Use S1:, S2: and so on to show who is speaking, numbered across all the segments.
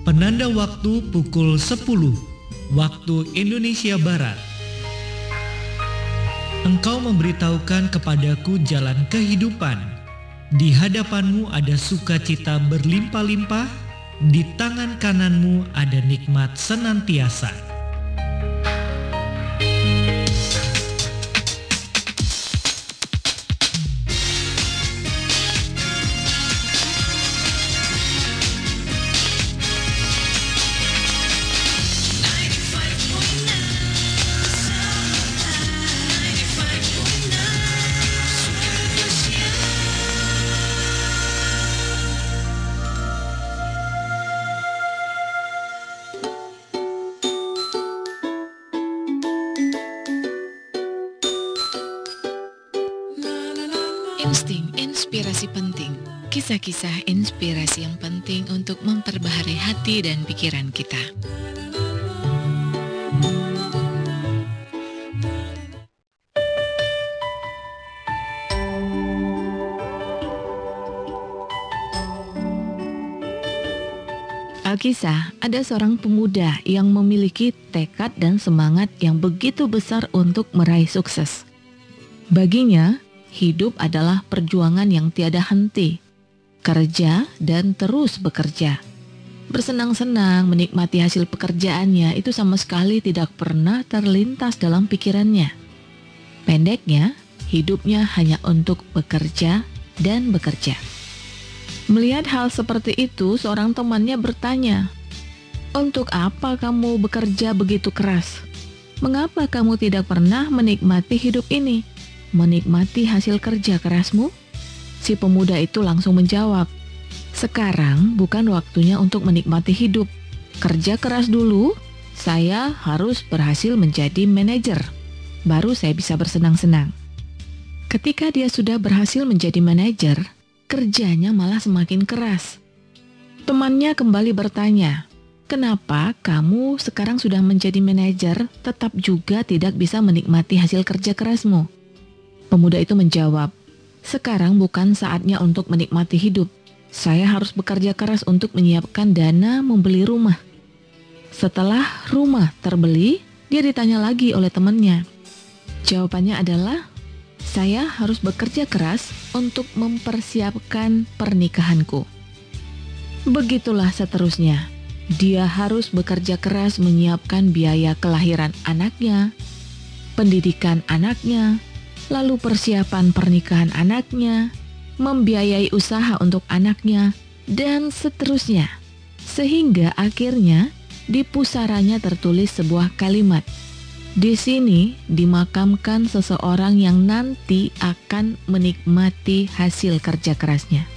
S1: Penanda waktu pukul 10 waktu Indonesia Barat. Engkau memberitahukan kepadaku jalan kehidupan. Di hadapanmu ada sukacita berlimpah-limpah, di tangan kananmu ada nikmat senantiasa.
S2: Insting inspirasi penting, kisah-kisah inspirasi yang penting untuk memperbaharui hati dan pikiran kita. Alkisah, ada seorang pemuda yang memiliki tekad dan semangat yang begitu besar untuk meraih sukses. Baginya, hidup adalah perjuangan yang tiada henti, kerja dan terus bekerja. Bersenang-senang menikmati hasil pekerjaannya itu sama sekali tidak pernah terlintas dalam pikirannya. Pendeknya, hidupnya hanya untuk bekerja dan bekerja. Melihat hal seperti itu, seorang temannya bertanya, "Untuk apa kamu bekerja begitu keras? Mengapa kamu tidak pernah menikmati hidup ini? Menikmati hasil kerja kerasmu?" Si pemuda itu langsung menjawab, "Sekarang bukan waktunya untuk menikmati hidup. Kerja keras dulu, saya harus berhasil menjadi manajer. Baru saya bisa bersenang-senang." Ketika dia sudah berhasil menjadi manajer, kerjanya malah semakin keras. Temannya kembali bertanya, "Kenapa kamu sekarang sudah menjadi manajer tetap juga tidak bisa menikmati hasil kerja kerasmu?" Pemuda itu menjawab, "Sekarang bukan saatnya untuk menikmati hidup. Saya harus bekerja keras untuk menyiapkan dana membeli rumah." Setelah rumah terbeli, dia ditanya lagi oleh temannya. Jawabannya adalah, "Saya harus bekerja keras untuk mempersiapkan pernikahanku." Begitulah seterusnya. Dia harus bekerja keras menyiapkan biaya kelahiran anaknya, pendidikan anaknya, lalu persiapan pernikahan anaknya, membiayai usaha untuk anaknya, dan seterusnya. Sehingga akhirnya di pusaranya tertulis sebuah kalimat, "Di sini dimakamkan seseorang yang nanti akan menikmati hasil kerja kerasnya."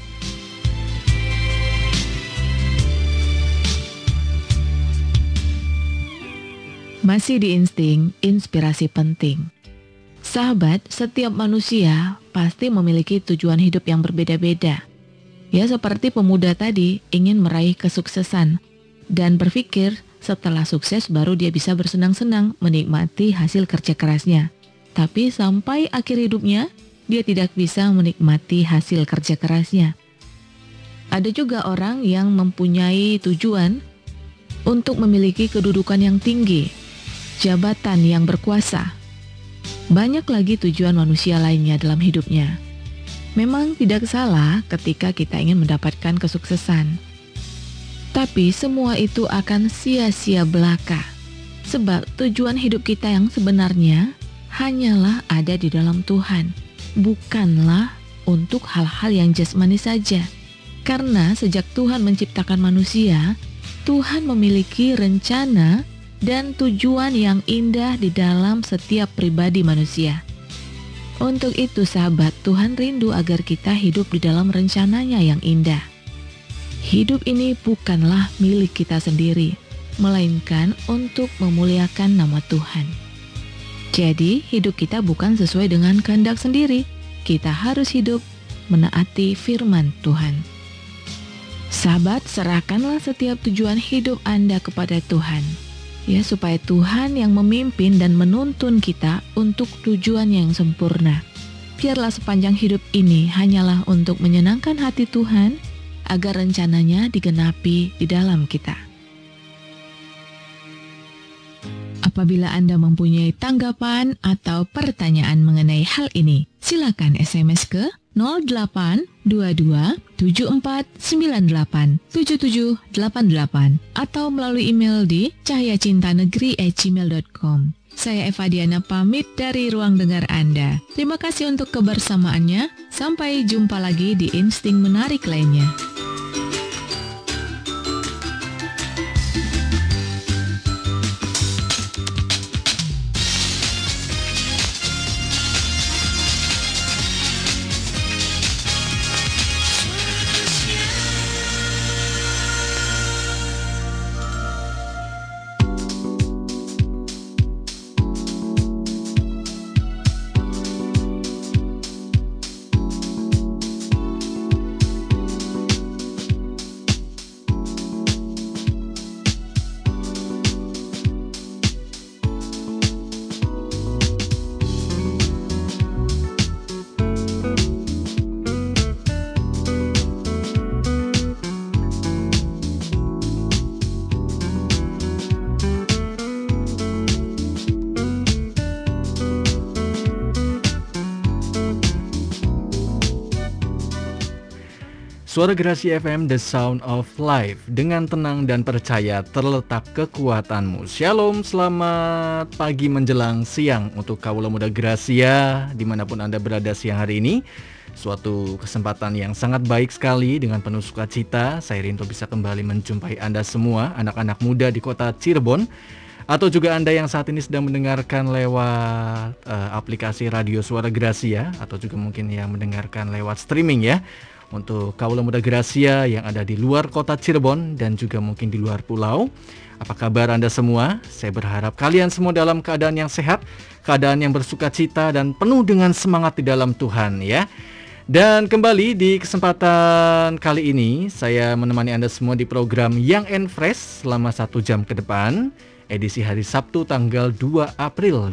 S2: Masih di insting, inspirasi penting. Sahabat, setiap manusia pasti memiliki tujuan hidup yang berbeda-beda. Ya, seperti pemuda tadi ingin meraih kesuksesan dan berpikir setelah sukses baru dia bisa bersenang-senang menikmati hasil kerja kerasnya. Tapi sampai akhir hidupnya, dia tidak bisa menikmati hasil kerja kerasnya. Ada juga orang yang mempunyai tujuan untuk memiliki kedudukan yang tinggi, jabatan yang berkuasa. Banyak lagi tujuan manusia lainnya dalam hidupnya. Memang tidak salah ketika kita ingin mendapatkan kesuksesan. Tapi semua itu akan sia-sia belaka. Sebab tujuan hidup kita yang sebenarnya hanyalah ada di dalam Tuhan. Bukanlah untuk hal-hal yang jasmani saja. Karena sejak Tuhan menciptakan manusia, Tuhan memiliki rencana dan tujuan yang indah di dalam setiap pribadi manusia. Untuk itu sahabat, Tuhan rindu agar kita hidup di dalam rencananya yang indah. Hidup ini bukanlah milik kita sendiri, melainkan untuk memuliakan nama Tuhan. Jadi hidup kita bukan sesuai dengan kehendak sendiri. Kita harus hidup menaati firman Tuhan. Sahabat, serahkanlah setiap tujuan hidup Anda kepada Tuhan. Ya, supaya Tuhan yang memimpin dan menuntun kita untuk tujuan yang sempurna. Biarlah sepanjang hidup ini hanyalah untuk menyenangkan hati Tuhan, agar rencananya digenapi di dalam kita. Apabila Anda mempunyai tanggapan atau pertanyaan mengenai hal ini, silakan SMS ke 0822 7498 7788 atau melalui email di cahayacintanegeri@gmail.com. Saya Eva Diana pamit dari ruang dengar Anda. Terima kasih untuk kebersamaannya. Sampai jumpa lagi di Insting Menarik lainnya.
S3: Suara Gerasi FM, The Sound of Life. Dengan tenang dan percaya terletak kekuatanmu. Shalom, selamat pagi menjelang siang untuk kaula muda Gracia dimanapun Anda berada siang hari ini. Suatu kesempatan yang sangat baik sekali, dengan penuh sukacita saya rindu bisa kembali menjumpai Anda semua, anak-anak muda di kota Cirebon, atau juga Anda yang saat ini sedang mendengarkan lewat aplikasi radio Suara Gracia, atau juga mungkin yang mendengarkan lewat streaming ya. Untuk kaula muda Gracia yang ada di luar kota Cirebon dan juga mungkin di luar pulau, apa kabar Anda semua? Saya berharap kalian semua dalam keadaan yang sehat, keadaan yang bersukacita dan penuh dengan semangat di dalam Tuhan ya. Dan kembali di kesempatan kali ini, saya menemani Anda semua di program Young and Fresh selama 1 jam ke depan, edisi hari Sabtu tanggal 2 April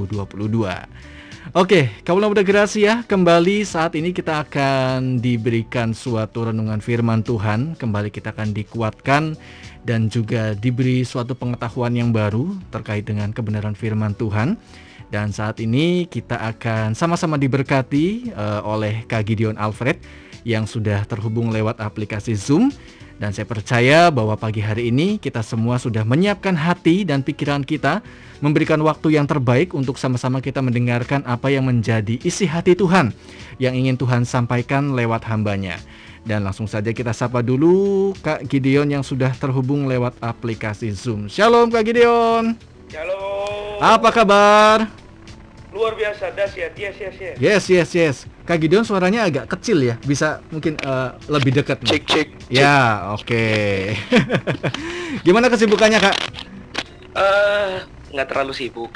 S3: 2022. Oke, kaula muda Gracia, kembali saat ini kita akan diberikan suatu renungan firman Tuhan. Kembali kita akan dikuatkan dan juga diberi suatu pengetahuan yang baru terkait dengan kebenaran firman Tuhan. Dan saat ini kita akan sama-sama diberkati oleh Kak Gideon Alfred yang sudah terhubung lewat aplikasi Zoom. Dan saya percaya bahwa pagi hari ini kita semua sudah menyiapkan hati dan pikiran kita, memberikan waktu yang terbaik untuk sama-sama kita mendengarkan apa yang menjadi isi hati Tuhan yang ingin Tuhan sampaikan lewat hambanya. Dan langsung saja kita sapa dulu Kak Gideon yang sudah terhubung lewat aplikasi Zoom. Shalom Kak Gideon.
S4: Shalom.
S3: Apa kabar?
S4: Luar biasa, dahsyat.
S3: Yes. Kak Gideon suaranya agak kecil ya, bisa mungkin lebih dekat.
S4: Cek.
S3: Ya, oke. Gimana kesibukannya Kak?
S4: Nggak terlalu sibuk.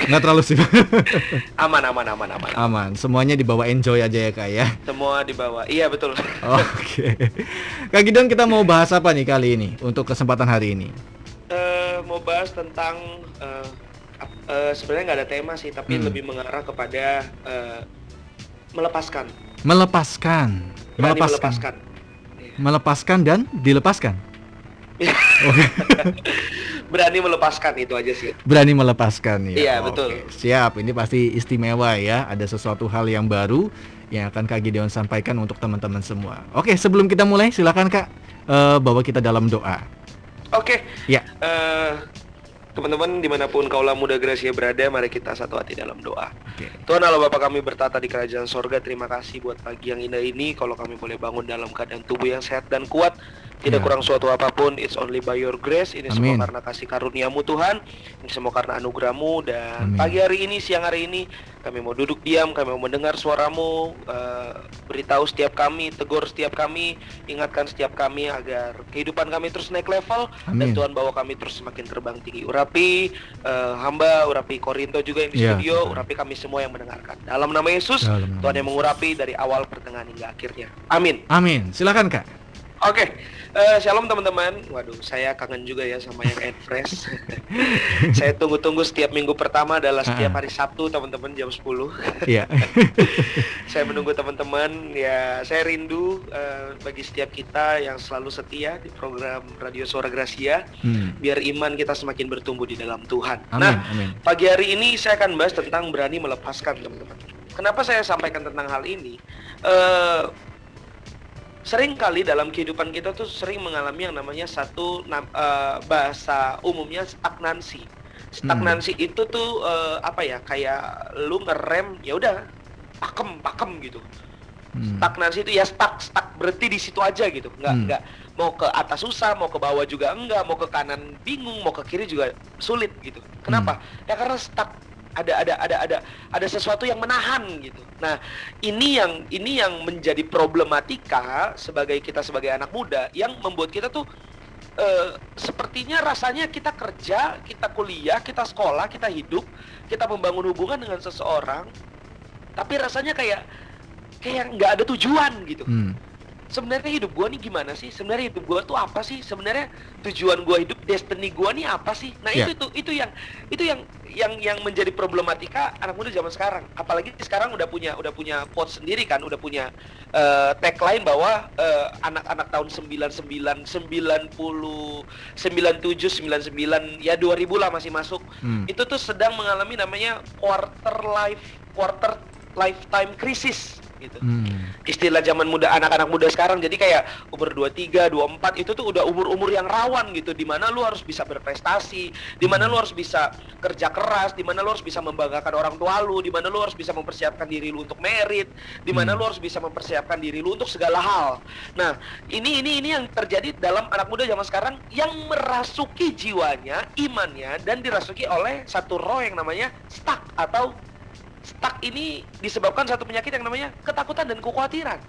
S4: Aman.
S3: Aman. Semuanya dibawa enjoy aja ya Kak ya.
S4: Semua dibawa. Iya betul.
S3: Oke. Kak Gideon, kita mau bahas apa nih kali ini untuk kesempatan hari ini?
S4: Mau bahas tentang sebenarnya nggak ada tema sih, tapi lebih mengarah kepada melepaskan.
S3: Melepaskan dan dilepaskan.
S4: Berani melepaskan, itu aja sih.
S3: Berani melepaskan ya.
S4: Iya,
S3: Oke.
S4: betul.
S3: Siap, ini pasti istimewa ya. Ada sesuatu hal yang baru yang akan Kak Gideon sampaikan untuk teman-teman semua. Oke, sebelum kita mulai silakan Kak bawa kita dalam doa.
S4: Oke.
S3: Ya.
S4: Teman-teman dimanapun kaulah muda Gracia berada, mari kita satu hati dalam doa.
S3: Oke.
S4: Tuhan Allah Bapa kami bertata di kerajaan sorga, terima kasih buat pagi yang indah ini. Kalau kami boleh bangun dalam keadaan tubuh yang sehat dan kuat, tidak kurang suatu apapun, it's only by your grace. Ini
S3: Amin.
S4: semua karena kasih karunia-Mu Tuhan, ini semua karena anugerah-Mu. Dan
S3: Amin.
S4: pagi hari ini, siang hari ini, kami mau duduk diam, kami mau mendengar suara-Mu, beritahu setiap kami, tegur setiap kami, ingatkan setiap kami agar kehidupan kami terus naik level.
S3: Amin.
S4: Dan Tuhan bawa kami terus semakin terbang tinggi. Urapi hamba, urapi Korinto juga yang di studio, urapi kami semua yang mendengarkan. Dalam nama Yesus, Tuhan yang mengurapi dari awal, pertengahan hingga akhirnya. Amin.
S3: Amin. Silakan Kak.
S4: Oke, shalom teman-teman. Waduh, saya kangen juga ya sama yang Adfresh. Saya tunggu-tunggu setiap minggu pertama adalah setiap hari Sabtu teman-teman jam 10.
S3: Iya.
S4: Saya menunggu teman-teman. Ya, saya rindu bagi setiap kita yang selalu setia di program Radio Suara Gracia. Biar iman kita semakin bertumbuh di dalam Tuhan.
S3: Amin, amin.
S4: Pagi hari ini saya akan bahas tentang berani melepaskan teman-teman. Kenapa saya sampaikan tentang hal ini? Sering kali dalam kehidupan kita tuh sering mengalami yang namanya bahasa umumnya stagnansi. Stagnansi itu tuh apa ya, kayak lu ngerem ya udah pakem gitu. Stagnansi itu ya stuck berhenti di situ aja gitu. Nggak mau ke atas susah, mau ke bawah juga enggak, mau ke kanan bingung, mau ke kiri juga sulit gitu. Kenapa? Ya karena stuck. Ada sesuatu yang menahan gitu. Nah, ini yang menjadi problematika sebagai anak muda yang membuat kita tuh sepertinya rasanya kita kerja, kita kuliah, kita sekolah, kita hidup, kita membangun hubungan dengan seseorang, tapi rasanya kayak nggak ada tujuan gitu. Sebenarnya hidup gua nih gimana sih? Sebenarnya hidup gua tuh apa sih? Sebenarnya tujuan gua hidup, destiny gua nih apa sih? Nah, itu yang menjadi problematika anak muda zaman sekarang. Apalagi sekarang udah punya quote sendiri kan, udah punya tagline bahwa anak-anak tahun 99, 90, 97, 99 ya 2000 lah masih masuk. Itu tuh sedang mengalami namanya quarter lifetime crisis gitu. Istilah zaman muda, anak-anak muda sekarang. Jadi kayak umur 23, 24 itu tuh udah umur-umur yang rawan gitu, di mana lu harus bisa berprestasi, di mana lu harus bisa kerja keras, di mana lu harus bisa membanggakan orang tua lu, di mana lu harus bisa mempersiapkan diri lu untuk merit, di mana lu harus bisa mempersiapkan diri lu untuk segala hal. Nah, ini yang terjadi dalam anak muda zaman sekarang yang merasuki jiwanya, imannya, dan dirasuki oleh satu roh yang namanya stuck atau stuck ini disebabkan satu penyakit yang namanya ketakutan dan kekhawatiran.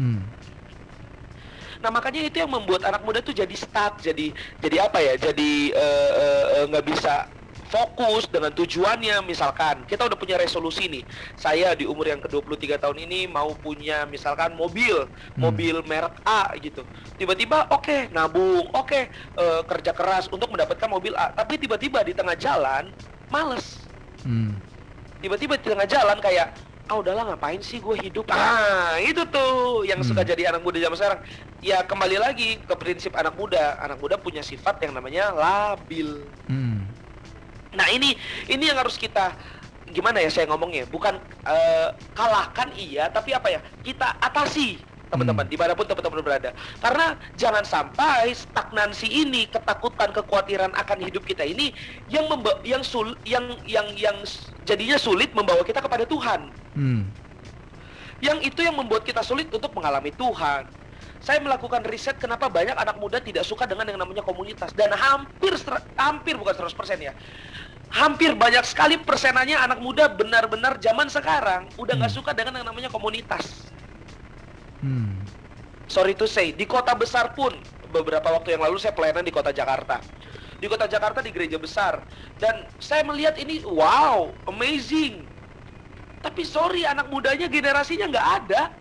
S4: Nah, makanya itu yang membuat anak muda tuh jadi stuck, jadi apa ya? Jadi nggak bisa fokus dengan tujuannya. Misalkan kita udah punya resolusi nih, saya di umur yang ke-23 tahun ini mau punya misalkan mobil merek A gitu. Tiba-tiba oke, nabung, kerja keras untuk mendapatkan mobil A, tapi tiba-tiba di tengah jalan males. Tiba-tiba di tengah jalan kayak, udahlah ngapain sih gue hidup. Itu tuh yang suka jadi anak muda zaman sekarang. Ya kembali lagi ke prinsip anak muda. Anak muda punya sifat yang namanya labil. Nah ini yang harus kita, gimana ya saya ngomongnya, bukan kalahkan iya, tapi apa ya, kita atasi teman-teman, dimanapun teman-teman berada. Karena jangan sampai stagnansi ini, ketakutan, kekhawatiran akan hidup kita ini yang jadinya sulit membawa kita kepada Tuhan. Yang itu yang membuat kita sulit untuk mengalami Tuhan. Saya melakukan riset kenapa banyak anak muda tidak suka dengan yang namanya komunitas, dan hampir bukan 100% ya. Hampir banyak sekali persenannya anak muda benar-benar zaman sekarang udah nggak suka dengan yang namanya komunitas. Sorry to say, di kota besar pun, beberapa waktu yang lalu saya pelayanan di kota Jakarta. Di kota Jakarta, di gereja besar. Dan saya melihat ini, wow, amazing. Tapi sorry, anak mudanya generasinya nggak ada.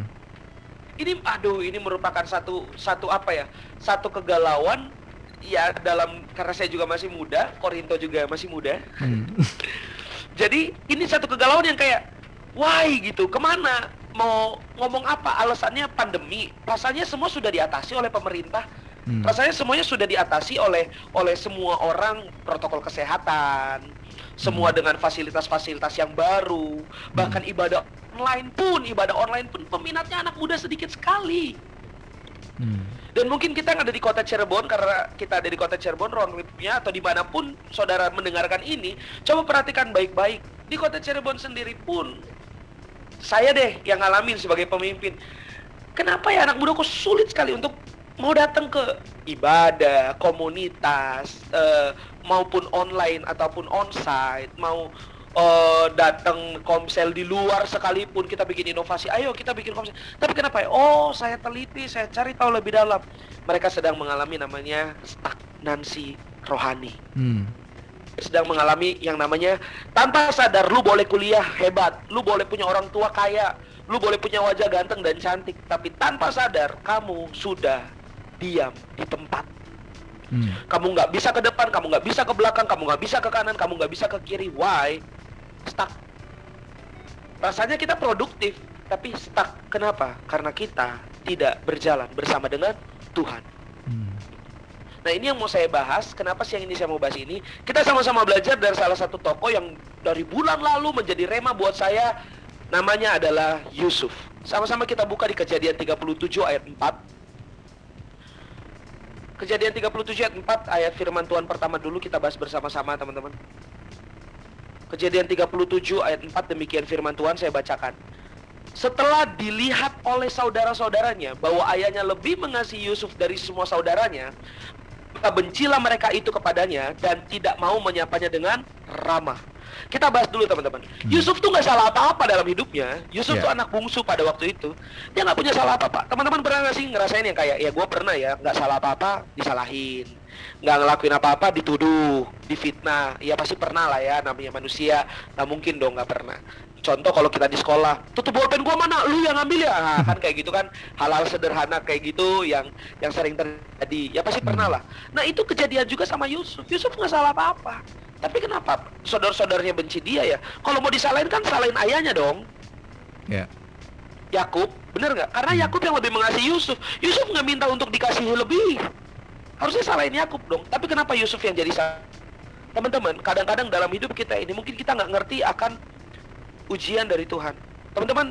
S4: Ini merupakan satu apa ya, satu kegalauan. Ya karena saya juga masih muda, Korinto juga masih muda. Jadi ini satu kegalauan yang kayak, why gitu, kemana? Mau ngomong apa? Alasannya pandemi. Rasanya semua sudah diatasi oleh pemerintah. Rasanya semuanya sudah diatasi oleh semua orang, protokol kesehatan, semua dengan fasilitas-fasilitas yang baru. Bahkan ibadah online pun peminatnya anak muda sedikit sekali. Dan mungkin kita yang ada di kota Cirebon, karena kita ada di kota Cirebon, ruang lingkupnya atau dimanapun saudara mendengarkan ini, coba perhatikan baik-baik. Di kota Cirebon sendiri pun, saya deh yang ngalamin sebagai pemimpin. Kenapa ya anak muda kok sulit sekali untuk mau datang ke ibadah, komunitas, maupun online ataupun onsite, mau datang komsel di luar sekalipun kita bikin inovasi, ayo kita bikin komsel. Tapi kenapa ya? Saya teliti, saya cari tahu lebih dalam. Mereka sedang mengalami namanya stagnansi rohani. Sedang mengalami yang namanya tanpa sadar, lu boleh kuliah hebat, lu boleh punya orang tua kaya, lu boleh punya wajah ganteng dan cantik, tapi tanpa sadar kamu sudah diam di tempat. Kamu nggak bisa ke depan, kamu nggak bisa ke belakang, kamu nggak bisa ke kanan, kamu nggak bisa ke kiri. Why? Stuck. Rasanya kita produktif, tapi stuck. Kenapa? Karena kita tidak berjalan bersama dengan Tuhan. Nah, ini yang mau saya bahas. Kenapa siang ini saya mau bahas ini? Kita sama-sama belajar dari salah satu tokoh yang dari bulan lalu menjadi rema buat saya. Namanya adalah Yusuf. Sama-sama kita buka di Kejadian 37 ayat 4. Kejadian 37 ayat 4, ayat firman Tuhan pertama dulu kita bahas bersama-sama, teman-teman. Kejadian 37 ayat 4, demikian firman Tuhan, saya bacakan. Setelah dilihat oleh saudara-saudaranya bahwa ayahnya lebih mengasihi Yusuf dari semua saudaranya, maka bencilah mereka itu kepadanya dan tidak mau menyapanya dengan ramah. Kita bahas dulu, teman-teman. Yusuf tuh nggak salah apa-apa dalam hidupnya. Yusuf tuh anak bungsu pada waktu itu. Dia nggak punya salah apa-apa. Teman-teman pernah nggak sih ngerasain yang kayak, ya gue pernah ya, nggak salah apa-apa disalahin, nggak ngelakuin apa-apa dituduh, difitnah. Ya pasti pernah lah ya, namanya manusia. Nggak mungkin dong nggak pernah. Contoh kalau kita di sekolah, tutup bolpen gua mana? Lu yang ambil ya? Nah, kan kayak gitu kan, hal-hal sederhana kayak gitu yang sering terjadi. Ya pasti pernah lah. Nah, itu kejadian juga sama Yusuf. Yusuf nggak salah apa-apa. Tapi kenapa saudara-saudaranya benci dia ya? Kalau mau disalahin kan salahin ayahnya dong.
S3: Ya.
S4: Yakub, bener nggak? Karena Yakub yang lebih mengasihi Yusuf. Yusuf nggak minta untuk dikasihi lebih. Harusnya salahin Yakub dong. Tapi kenapa Yusuf yang jadi salah? Teman-teman, kadang-kadang dalam hidup kita ini mungkin kita nggak ngerti akan ujian dari Tuhan. Teman-teman,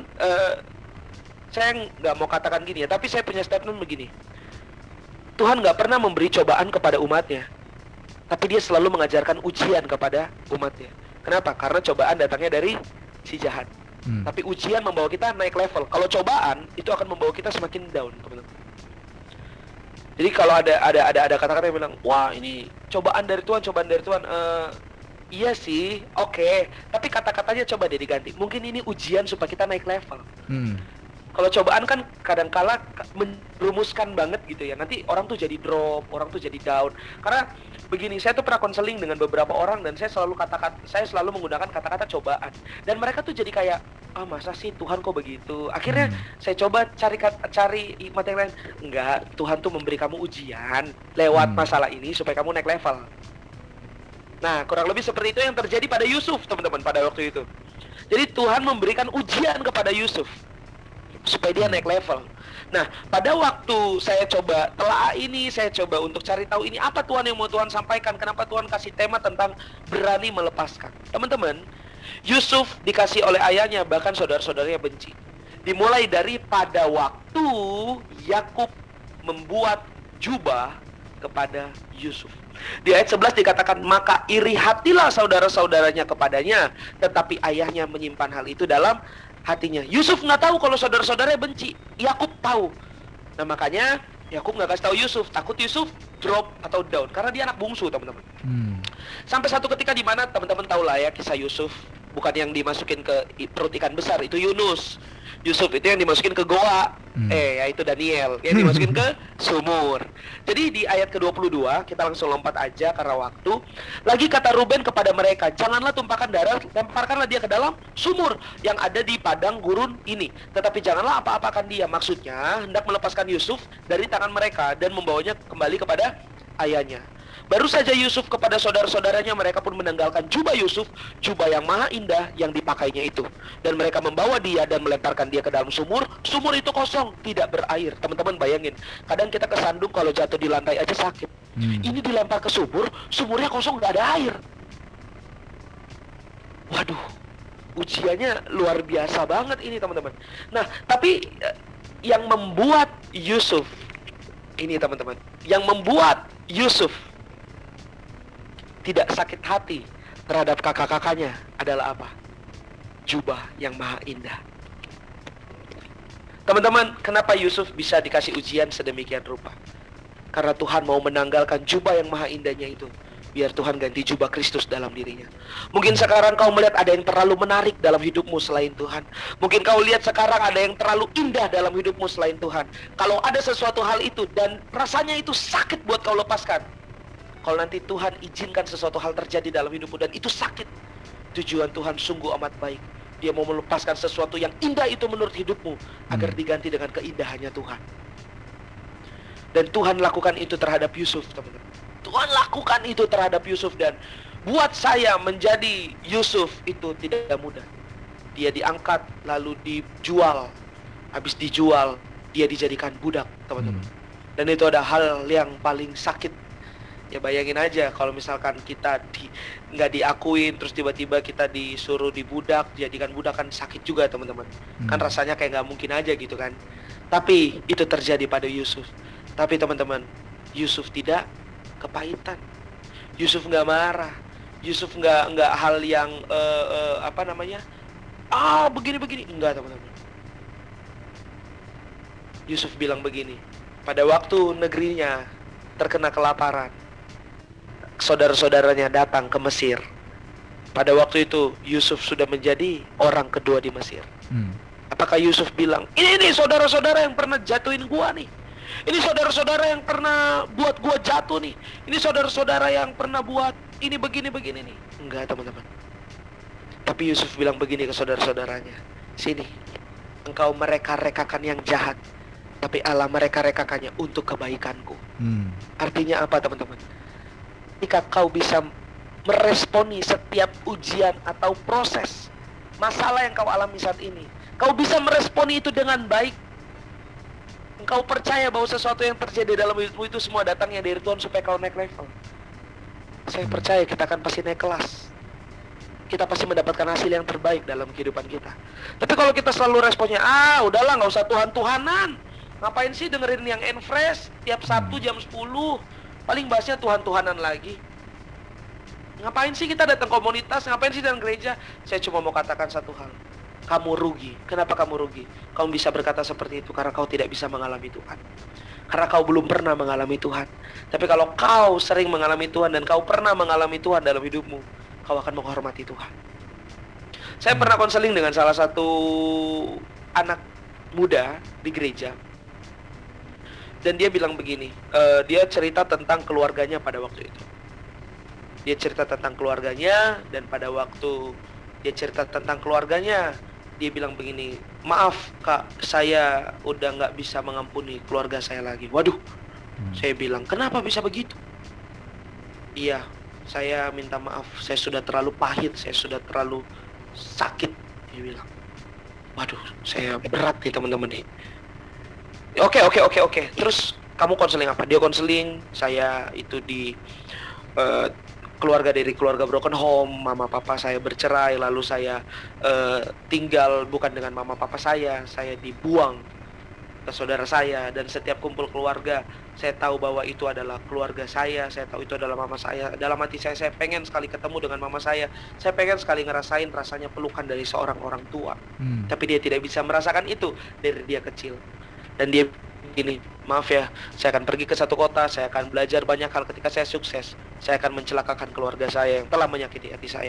S4: saya nggak mau katakan gini ya, tapi saya punya statement begini. Tuhan nggak pernah memberi cobaan kepada umatnya, tapi dia selalu mengajarkan ujian kepada umatnya. Kenapa? Karena cobaan datangnya dari si jahat. Tapi ujian membawa kita naik level. Kalau cobaan itu akan membawa kita semakin down, teman-teman. Jadi kalau ada kata-kata yang bilang, wah ini cobaan dari Tuhan, cobaan dari Tuhan. Iya sih, oke. Tapi kata-katanya coba deh diganti. Mungkin ini ujian supaya kita naik level. Kalau cobaan kan kadangkala merumuskan banget gitu ya. Nanti orang tuh jadi drop, orang tuh jadi down. Karena begini, saya tuh pernah konseling dengan beberapa orang dan saya selalu menggunakan kata-kata cobaan. Dan mereka tuh jadi kayak, masa sih Tuhan kok begitu? Akhirnya saya coba cari hikmat yang lain. Enggak, Tuhan tuh memberi kamu ujian lewat masalah ini supaya kamu naik level. Nah, kurang lebih seperti itu yang terjadi pada Yusuf, teman-teman, pada waktu itu. Jadi Tuhan memberikan ujian kepada Yusuf supaya dia naik level. Nah, pada waktu saya coba telaah ini, saya coba untuk cari tahu ini apa Tuhan yang mau Tuhan sampaikan, kenapa Tuhan kasih tema tentang berani melepaskan. Teman-teman, Yusuf dikasih oleh ayahnya, bahkan saudara-saudaranya benci. Dimulai dari pada waktu Yakub membuat jubah kepada Yusuf. Di ayat 11 dikatakan, maka iri hatilah saudara-saudaranya kepadanya, tetapi ayahnya menyimpan hal itu dalam hatinya. Yusuf nggak tahu kalau saudara-saudaranya benci. Yakub tahu. Nah, makanya Yakub nggak kasih tahu Yusuf. Takut Yusuf drop atau down, karena dia anak bungsu, teman-teman. Sampai satu ketika di mana teman-teman tahu lah ya kisah Yusuf. Bukan yang dimasukin ke perut ikan besar, itu Yunus. Yusuf itu yang dimasukin ke goa, yaitu Daniel, yang dimasukin ke sumur. Jadi di ayat ke-22, kita langsung lompat aja karena waktu. Lagi kata Ruben kepada mereka, janganlah tumpahkan darah, lemparkanlah dia ke dalam sumur yang ada di padang gurun ini. Tetapi janganlah apa-apakan dia. Maksudnya, hendak melepaskan Yusuf dari tangan mereka dan membawanya kembali kepada ayahnya. Baru saja Yusuf kepada saudara-saudaranya, mereka pun menanggalkan jubah Yusuf, jubah yang maha indah yang dipakainya itu. Dan mereka membawa dia dan melemparkan dia ke dalam sumur. Sumur itu kosong, tidak berair. Teman-teman bayangin, kadang kita kesandung kalau jatuh di lantai aja sakit. Ini dilempar ke sumur, sumurnya kosong, nggak ada air. Waduh, ujiannya luar biasa banget ini, teman-teman. Nah, tapi yang membuat Yusuf, ini teman-teman, yang membuat Yusuf tidak sakit hati terhadap kakak-kakaknya adalah apa? Jubah yang maha indah. Teman-teman, kenapa Yusuf bisa dikasih ujian sedemikian rupa? Karena Tuhan mau menanggalkan jubah yang maha indahnya itu, biar Tuhan ganti jubah Kristus dalam dirinya. Mungkin sekarang kau melihat ada yang terlalu menarik dalam hidupmu selain Tuhan. Mungkin kau lihat sekarang ada yang terlalu indah dalam hidupmu selain Tuhan. Kalau ada sesuatu hal itu dan rasanya itu sakit buat kau lepaskan, kalau nanti Tuhan izinkan sesuatu hal terjadi dalam hidupmu dan itu sakit, tujuan Tuhan sungguh amat baik. Dia mau melepaskan sesuatu yang indah itu menurut hidupmu agar diganti dengan keindahannya Tuhan. Dan Tuhan lakukan itu terhadap Yusuf, teman-teman. Tuhan lakukan itu terhadap Yusuf, dan buat saya menjadi Yusuf itu tidak mudah. Dia diangkat, lalu dijual. Habis dijual, dia dijadikan budak, teman-teman. Dan itu ada hal yang paling sakit. Ya bayangin aja kalau misalkan kita nggak diakuin, terus tiba-tiba kita disuruh dibudak, dijadikan budak, kan sakit juga, teman-teman. Kan rasanya kayak nggak mungkin aja gitu kan. Tapi itu terjadi pada Yusuf. Tapi teman-teman, Yusuf tidak kepahitan. Yusuf nggak marah. Yusuf nggak hal yang begini-begini. Enggak, teman-teman. Yusuf bilang begini, pada waktu negerinya terkena kelaparan, saudara-saudaranya datang ke Mesir. Pada waktu itu Yusuf sudah menjadi orang kedua di Mesir. Apakah Yusuf bilang, ini saudara-saudara yang pernah jatuhin gua nih, ini saudara-saudara yang pernah buat gua jatuh nih, ini saudara-saudara yang pernah buat ini begini-begini nih? Enggak, teman-teman. Tapi Yusuf bilang begini ke saudara-saudaranya, sini, engkau mereka-rekakan yang jahat, tapi Allah mereka-rekakannya untuk kebaikanku. Artinya apa, teman-teman? Jika kau bisa meresponi setiap ujian atau proses masalah yang kau alami saat ini, kau bisa meresponi itu dengan baik, engkau percaya bahwa sesuatu yang terjadi dalam hidupmu itu semua datangnya dari Tuhan supaya kau naik level, saya percaya kita akan pasti naik kelas. Kita pasti mendapatkan hasil yang terbaik dalam kehidupan kita. Tapi kalau kita selalu responnya, udahlah, nggak usah Tuhan-Tuhanan, ngapain sih dengerin yang Enfresh tiap Sabtu jam 10, paling bahasnya Tuhan-Tuhanan lagi. Ngapain sih kita datang komunitas, ngapain sih datang gereja? Saya cuma mau katakan satu hal, kamu rugi. Kenapa kamu rugi? Kamu bisa berkata seperti itu karena kau tidak bisa mengalami Tuhan, karena kau belum pernah mengalami Tuhan. Tapi kalau kau sering mengalami Tuhan dan kau pernah mengalami Tuhan dalam hidupmu, kau akan menghormati Tuhan. Saya pernah konseling dengan salah satu anak muda di gereja, dan dia bilang begini, dia cerita tentang keluarganya pada waktu itu. Dia cerita tentang keluarganya, dan pada waktu dia cerita tentang keluarganya, dia bilang begini, maaf kak, saya udah nggak bisa mengampuni keluarga saya lagi. Waduh, saya bilang, kenapa bisa begitu? Iya, saya minta maaf, saya sudah terlalu pahit, saya sudah terlalu sakit. Dia bilang, waduh, saya berat nih teman-teman nih. Oke. Terus kamu konseling apa? Dia konseling, saya itu di keluarga dari keluarga broken home, mama papa saya bercerai, lalu saya tinggal bukan dengan mama papa saya dibuang ke saudara saya, dan setiap kumpul keluarga, saya tahu bahwa itu adalah keluarga saya tahu itu adalah mama saya. Dalam hati saya pengen sekali ketemu dengan mama saya pengen sekali ngerasain rasanya pelukan dari seorang orang tua. Tapi dia tidak bisa merasakan itu dari dia kecil. Dan dia gini, maaf ya, saya akan pergi ke satu kota, saya akan belajar banyak hal. Ketika saya sukses, saya akan mencelakakan keluarga saya yang telah menyakiti hati saya.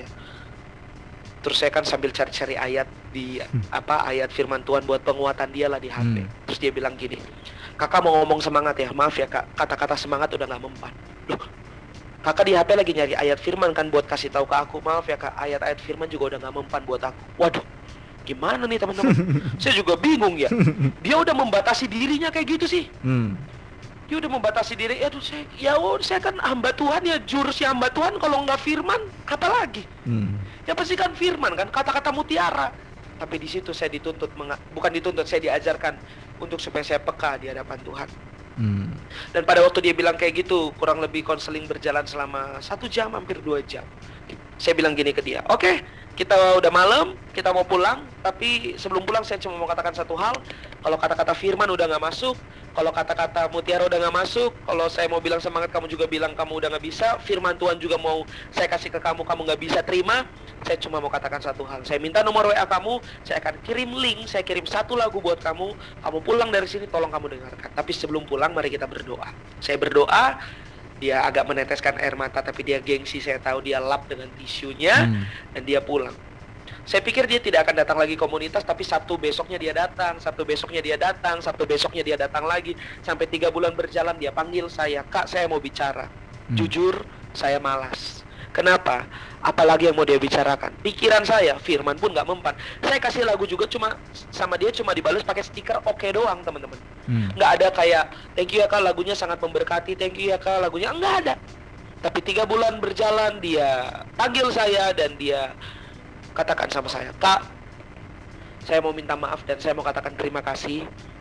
S4: Terus saya kan sambil cari-cari ayat di ayat firman Tuhan buat penguatan dia lah di HP. Terus dia bilang gini, kakak mau ngomong semangat ya, maaf ya kak, kata-kata semangat udah gak mempan. Loh, kakak di HP lagi nyari ayat firman kan buat kasih tahu ke aku, maaf ya kak, ayat-ayat firman juga udah gak mempan buat aku. Waduh, gimana nih teman-teman? Saya juga bingung ya. Dia udah membatasi dirinya kayak gitu sih. Dia udah membatasi diri. Saya kan hamba Tuhan ya, jurusnya hamba Tuhan kalau nggak firman, apa lagi? Ya pasti kan firman kan, kata-kata mutiara. Tapi di situ saya dituntut, bukan dituntut, saya diajarkan untuk supaya saya peka di hadapan Tuhan. Dan pada waktu dia bilang kayak gitu, kurang lebih konseling berjalan selama 1 jam, hampir 2 jam. Saya bilang gini ke dia, oke, kita udah malam, kita mau pulang. Tapi sebelum pulang saya cuma mau katakan satu hal, kalau kata-kata firman udah gak masuk, kalau kata-kata mutiara udah gak masuk, kalau saya mau bilang semangat, kamu juga bilang kamu udah gak bisa, firman Tuhan juga mau saya kasih ke kamu, kamu gak bisa terima. Saya cuma mau katakan satu hal, saya minta nomor WA kamu, saya akan kirim link, saya kirim 1 lagu buat kamu pulang dari sini, tolong kamu dengarkan. Tapi sebelum pulang, mari kita berdoa. Saya berdoa, dia agak meneteskan air mata, tapi dia gengsi, saya tahu dia lap dengan tisunya, dan dia pulang. Saya pikir dia tidak akan datang lagi komunitas, tapi Sabtu besoknya dia datang, Sabtu besoknya dia datang, Sabtu besoknya dia datang lagi. Sampai 3 bulan berjalan, dia panggil saya, kak saya mau bicara. Jujur, saya malas. Kenapa? Apalagi yang mau dia bicarakan? Pikiran saya, firman pun nggak mempan. Saya kasih lagu juga cuma sama dia cuma dibalas pakai stiker oke doang, teman-teman. Nggak ada kayak thank you ya Kak, lagunya sangat memberkati, thank you ya Kak, lagunya nggak ada. Tapi 3 bulan berjalan, dia panggil saya dan dia katakan sama saya, Kak, saya mau minta maaf dan saya mau katakan terima kasih.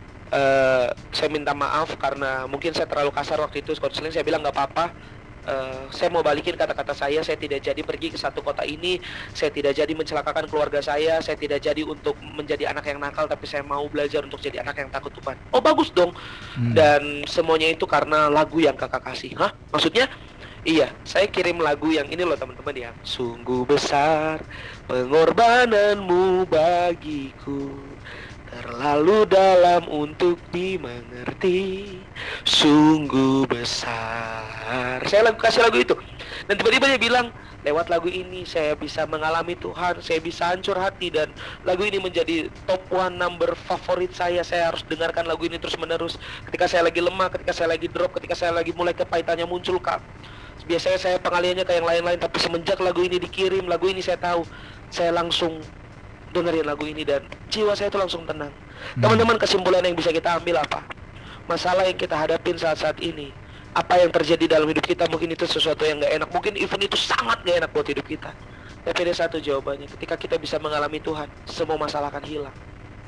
S4: Saya minta maaf karena mungkin saya terlalu kasar waktu itu konseling. Saya bilang nggak apa-apa. Saya mau balikin kata-kata saya tidak jadi pergi ke satu kota ini, saya tidak jadi mencelakakan keluarga saya tidak jadi untuk menjadi anak yang nakal, tapi saya mau belajar untuk jadi anak yang takut Tuhan. Oh bagus dong. Dan semuanya itu karena lagu yang kakak kasih. Hah? Maksudnya? Iya, saya kirim lagu yang ini loh teman-teman ya. Sungguh besar pengorbananmu bagiku, terlalu dalam untuk dimengerti, sungguh besar. Saya kasih lagu itu. Dan tiba-tiba dia bilang, lewat lagu ini saya bisa mengalami Tuhan, saya bisa hancur hati, dan lagu ini menjadi top 1 number favorit saya. Saya harus dengarkan lagu ini terus menerus. Ketika saya lagi lemah, ketika saya lagi drop, ketika saya lagi mulai kepahitannya muncul, Kak. Biasanya saya pengaliannya kayak yang lain-lain, tapi semenjak lagu ini dikirim, lagu ini saya tahu, saya langsung dengerin lagu ini dan jiwa saya itu langsung tenang. Teman-teman, kesimpulan yang bisa kita ambil apa? Masalah yang kita hadapin saat-saat ini, apa yang terjadi dalam hidup kita, mungkin itu sesuatu yang gak enak, mungkin even itu sangat gak enak buat hidup kita. Tapi ada satu jawabannya, ketika kita bisa mengalami Tuhan, semua masalah akan hilang.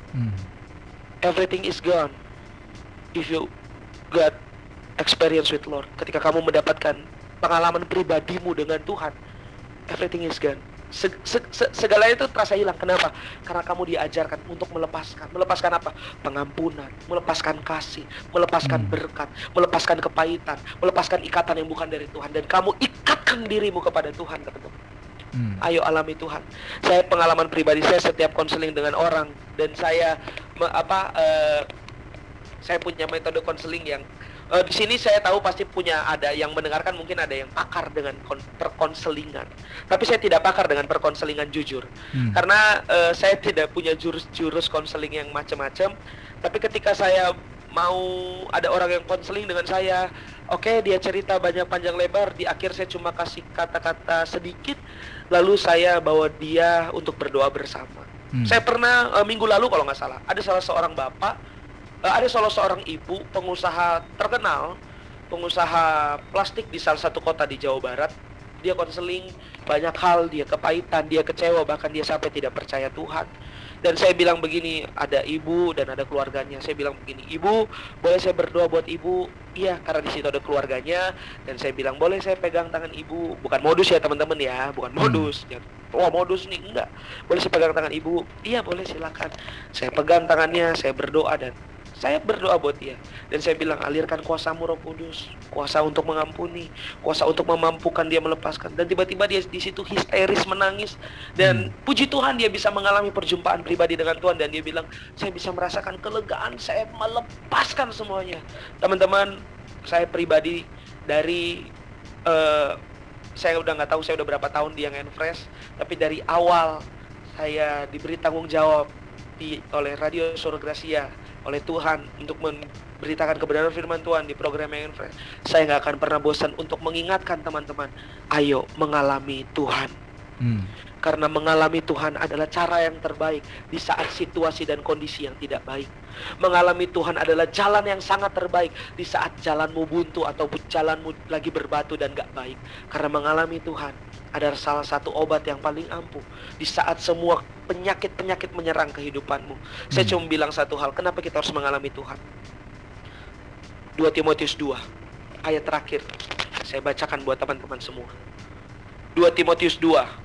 S4: Everything is gone if you got experience with Lord. Ketika kamu mendapatkan pengalaman pribadimu dengan Tuhan, everything is gone. Segalanya itu terasa hilang. Kenapa? Karena kamu diajarkan untuk melepaskan. Melepaskan apa? Pengampunan, melepaskan kasih, melepaskan berkat, melepaskan kepahitan, melepaskan ikatan yang bukan dari Tuhan, dan kamu ikatkan dirimu kepada Tuhan, teman-teman. Ayo alami Tuhan. Saya pengalaman pribadi saya setiap konseling dengan orang, dan saya saya punya metode konseling yang di sini saya tahu pasti ada yang mendengarkan, mungkin ada yang pakar dengan perkonselingan. Tapi saya tidak pakar dengan perkonselingan jujur. Karena saya tidak punya jurus konseling yang macam-macam. Tapi ketika saya mau ada orang yang konseling dengan saya, oke, dia cerita banyak panjang lebar, di akhir saya cuma kasih kata-kata sedikit, lalu saya bawa dia untuk berdoa bersama. Saya pernah minggu lalu kalau nggak salah, ada salah seorang bapak, ada salah seorang ibu, pengusaha terkenal, pengusaha plastik di salah satu kota di Jawa Barat. Dia konseling banyak hal, dia kepahitan, dia kecewa, bahkan dia sampai tidak percaya Tuhan. Dan saya bilang begini, ada ibu dan ada keluarganya. Saya bilang begini, ibu, boleh saya berdoa buat ibu? Iya, karena di situ ada keluarganya. Dan saya bilang, boleh saya pegang tangan ibu? Bukan modus ya teman-teman ya, bukan modus. Wah modus nih, enggak. Boleh saya pegang tangan ibu? Iya boleh, silakan. Saya pegang tangannya, saya berdoa dan saya berdoa buat dia. Dan saya bilang, alirkan kuasa-Mu Roh Kudus, kuasa untuk mengampuni, kuasa untuk memampukan dia melepaskan. Dan tiba-tiba dia di situ histeris menangis. Dan puji Tuhan dia bisa mengalami perjumpaan pribadi dengan Tuhan. Dan dia bilang, saya bisa merasakan kelegaan, saya melepaskan semuanya. Teman-teman, saya pribadi dari saya udah nggak tahu saya udah berapa tahun di Young and Fresh, tapi dari awal saya diberi tanggung jawab oleh Radio Suara Gracia, oleh Tuhan untuk memberitakan kebenaran firman Tuhan di program Young and Fresh. Saya nggak akan pernah bosan untuk mengingatkan teman-teman, ayo mengalami Tuhan. Karena mengalami Tuhan adalah cara yang terbaik di saat situasi dan kondisi yang tidak baik. Mengalami Tuhan adalah jalan yang sangat terbaik di saat jalanmu buntu ataupun jalanmu lagi berbatu dan gak baik. Karena mengalami Tuhan adalah salah satu obat yang paling ampuh di saat semua penyakit-penyakit menyerang kehidupanmu. Saya cuma bilang satu hal, kenapa kita harus mengalami Tuhan? 2 Timotius 2 ayat terakhir saya bacakan buat teman-teman semua. 2 Timotius 2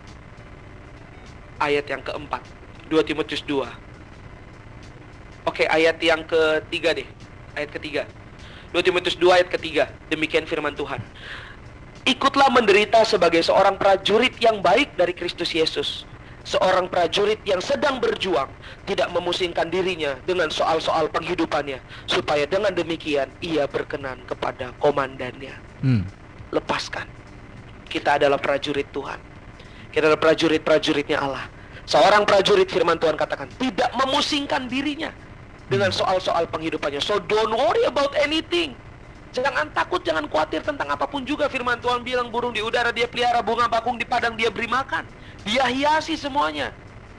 S4: ayat yang keempat. 2 Timotius 2. Oke, ayat yang ketiga deh. Ayat ketiga. 2 Timotius 2 ayat ketiga. Demikian firman Tuhan. Ikutlah menderita sebagai seorang prajurit yang baik dari Kristus Yesus. Seorang prajurit yang sedang berjuang, tidak memusingkan dirinya dengan soal-soal penghidupannya, supaya dengan demikian ia berkenan kepada komandannya. Lepaskan. Kita adalah prajurit Tuhan. Kita adalah prajurit-prajuritnya Allah. Seorang prajurit firman Tuhan katakan, tidak memusingkan dirinya dengan soal-soal penghidupannya. So don't worry about anything. Jangan takut, jangan khawatir tentang apapun juga. Firman Tuhan bilang burung di udara dia pelihara, bunga bakung di padang dia beri makan. Dia hiasi semuanya.